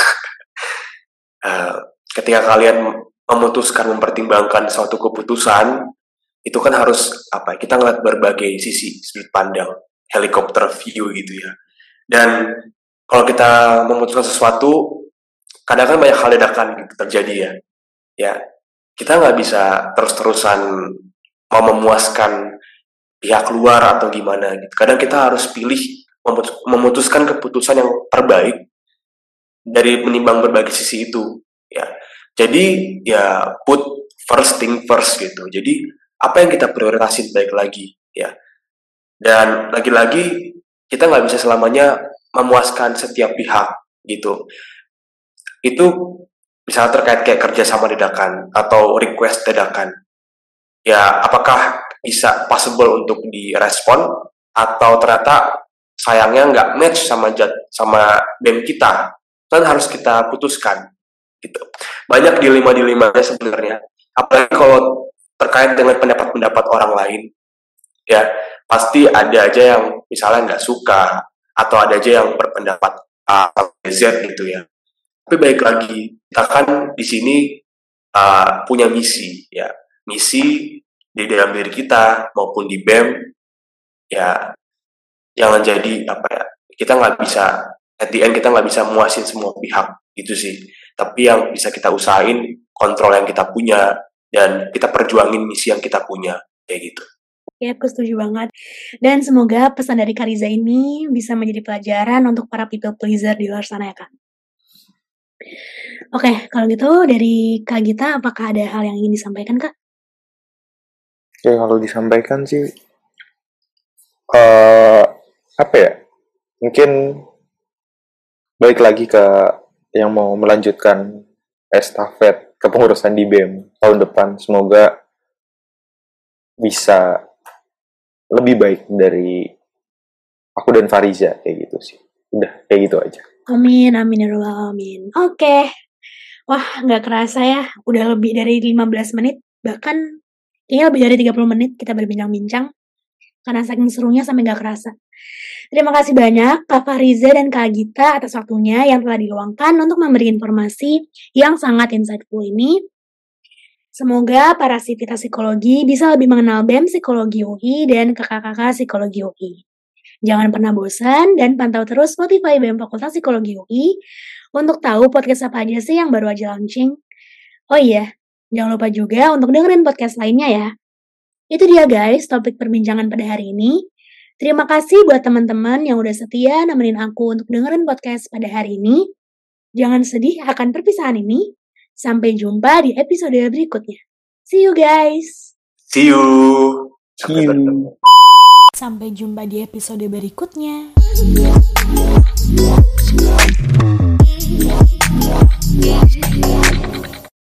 Speaker 2: Ketika kalian memutuskan mempertimbangkan suatu keputusan, itu kan harus apa? Kita ngeliat berbagai sisi sudut pandang, helikopter view gitu ya. Dan kalau kita memutuskan sesuatu, kadang kan banyak hal dadakan gitu terjadi ya. Ya, kita nggak bisa terus-terusan mau memuaskan pihak luar atau gimana gitu. Kadang kita harus pilih memutuskan keputusan yang terbaik dari menimbang berbagai sisi itu. Ya, jadi ya put first thing first gitu. Jadi apa yang kita prioritasin baik lagi ya. Dan lagi-lagi kita nggak bisa selamanya memuaskan setiap pihak gitu. Itu misalnya terkait kayak kerja sama dadakan atau request dadakan. Ya, apakah bisa possible untuk direspon atau ternyata sayangnya nggak match sama BEM kita, kan harus kita putuskan gitu. Banyak dilema-dilemanya sebenarnya, apalagi kalau terkait dengan pendapat-pendapat orang lain ya, pasti ada aja yang misalnya nggak suka atau ada aja yang berpendapat A atau Z gitu ya. Tapi baik lagi, kita kan di sini punya misi ya, misi di dalam diri kita maupun di BEM ya, jangan jadi apa ya, kita nggak bisa at the end kita nggak bisa muasin semua pihak gitu sih, tapi yang bisa kita usahain kontrol yang kita punya dan kita perjuangin misi yang kita punya kayak gitu.
Speaker 1: Ya, aku setuju banget. Dan semoga pesan dari Kak Riza ini bisa menjadi pelajaran untuk para people pleaser di luar sana ya Kak. Oke, kalau gitu dari Kak Gita, apakah ada hal yang ingin disampaikan Kak?
Speaker 3: Oke, kalau disampaikan sih apa ya? Mungkin balik lagi ke yang mau melanjutkan estafet kepengurusan di BEM tahun depan, semoga bisa lebih baik dari aku dan Fariza kayak gitu sih. Udah kayak gitu aja.
Speaker 1: Amin, amin ya rabbal alamin. Oke. Wah, nggak kerasa ya, udah lebih dari 15 menit, bahkan kayaknya lebih dari 30 menit kita berbincang-bincang, karena saking serunya sampai nggak kerasa. Terima kasih banyak Kak Fariza dan Kak Gita atas waktunya yang telah diluangkan untuk memberi informasi yang sangat insightful ini. Semoga para sivitas psikologi bisa lebih mengenal BEM Psikologi UI dan kakak-kakak Psikologi UI. Jangan pernah bosan dan pantau terus Spotify BEM Fakultas Psikologi UI untuk tahu podcast apa aja sih yang baru aja launching. Oh iya, jangan lupa juga untuk dengerin podcast lainnya ya. Itu dia guys, topik perbincangan pada hari ini. Terima kasih buat teman-teman yang udah setia nemenin aku untuk dengerin podcast pada hari ini. Jangan sedih akan perpisahan ini. Sampai jumpa di episode berikutnya. See you guys!
Speaker 2: See you.
Speaker 3: See you.
Speaker 1: Sampai jumpa di episode berikutnya.